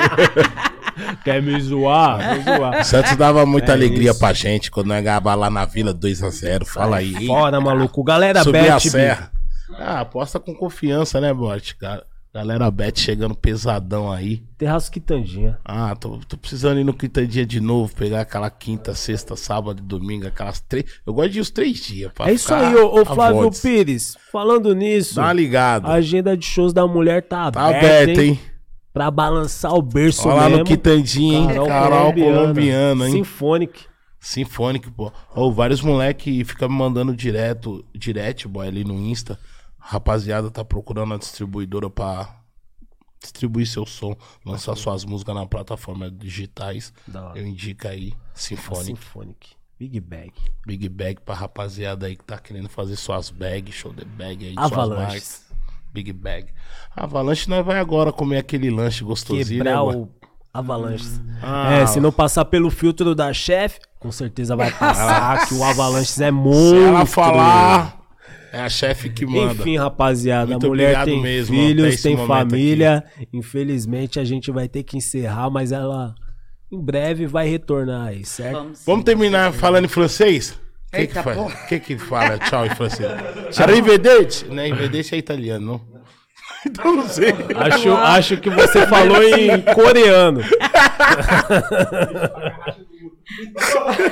Quer me zoar? Vou zoar. O Santos dava muita É alegria isso. pra gente quando nós ganhava lá na Vila 2-0. Fala aí. hein? Fora, maluco. Galera, Subir a bet, serra. Ah, aposta com confiança, né, Bort? Galera Bet chegando pesadão aí. Terraço Quitandinha. Ah, tô precisando ir no Quintandinha de novo, pegar aquela quinta, sexta, sábado e domingo, aquelas 3. Eu gosto de ir os 3 dias. Pra É isso ficar aí, ô à Flávio vontade. Pires. Falando nisso, Dá uma ligada. a agenda de shows da mulher tá Tá aberta, aberto, hein? Pra balançar o berço Olha lá mesmo. no Quitandinha, hein? Carol colombiana, hein? Symphonic. Symphonic, pô. Ô, vários moleque ficam me mandando direct, boy, ali no Insta. Rapaziada tá procurando a distribuidora pra distribuir seu som, lançar suas músicas na plataforma digitais. Da hora. Eu indico aí, Symphonic. Symphonic. Big Bag. Big Bag pra rapaziada aí que tá querendo fazer suas bags, show the bag aí, Avalanche. suas marcas. Big Bag. Avalanche, nós vai agora comer aquele lanche gostosinho, Quebrar né, boy? o Avalanche. Ah. Se não passar pelo filtro da chefe, com certeza vai passar, que o Avalanche é muito... Se ela falar, é a chefe que manda. Enfim, rapaziada, Muito a mulher obrigado tem mesmo, até filhos, esse tem momento família. Infelizmente, a gente vai ter que encerrar, mas ela em breve vai retornar aí, certo? Vamos terminar falando em francês? O que Eita, faz? porra. Que fala tchau em francês? Arrivederci? Não, Arrivederci é italiano, não? Então não sei. Acho que você falou em coreano.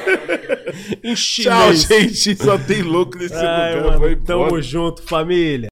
Em Tchau, chinês. gente. Só tem louco nesse Ai, lugar. mano, Vai tamo embora. junto, família.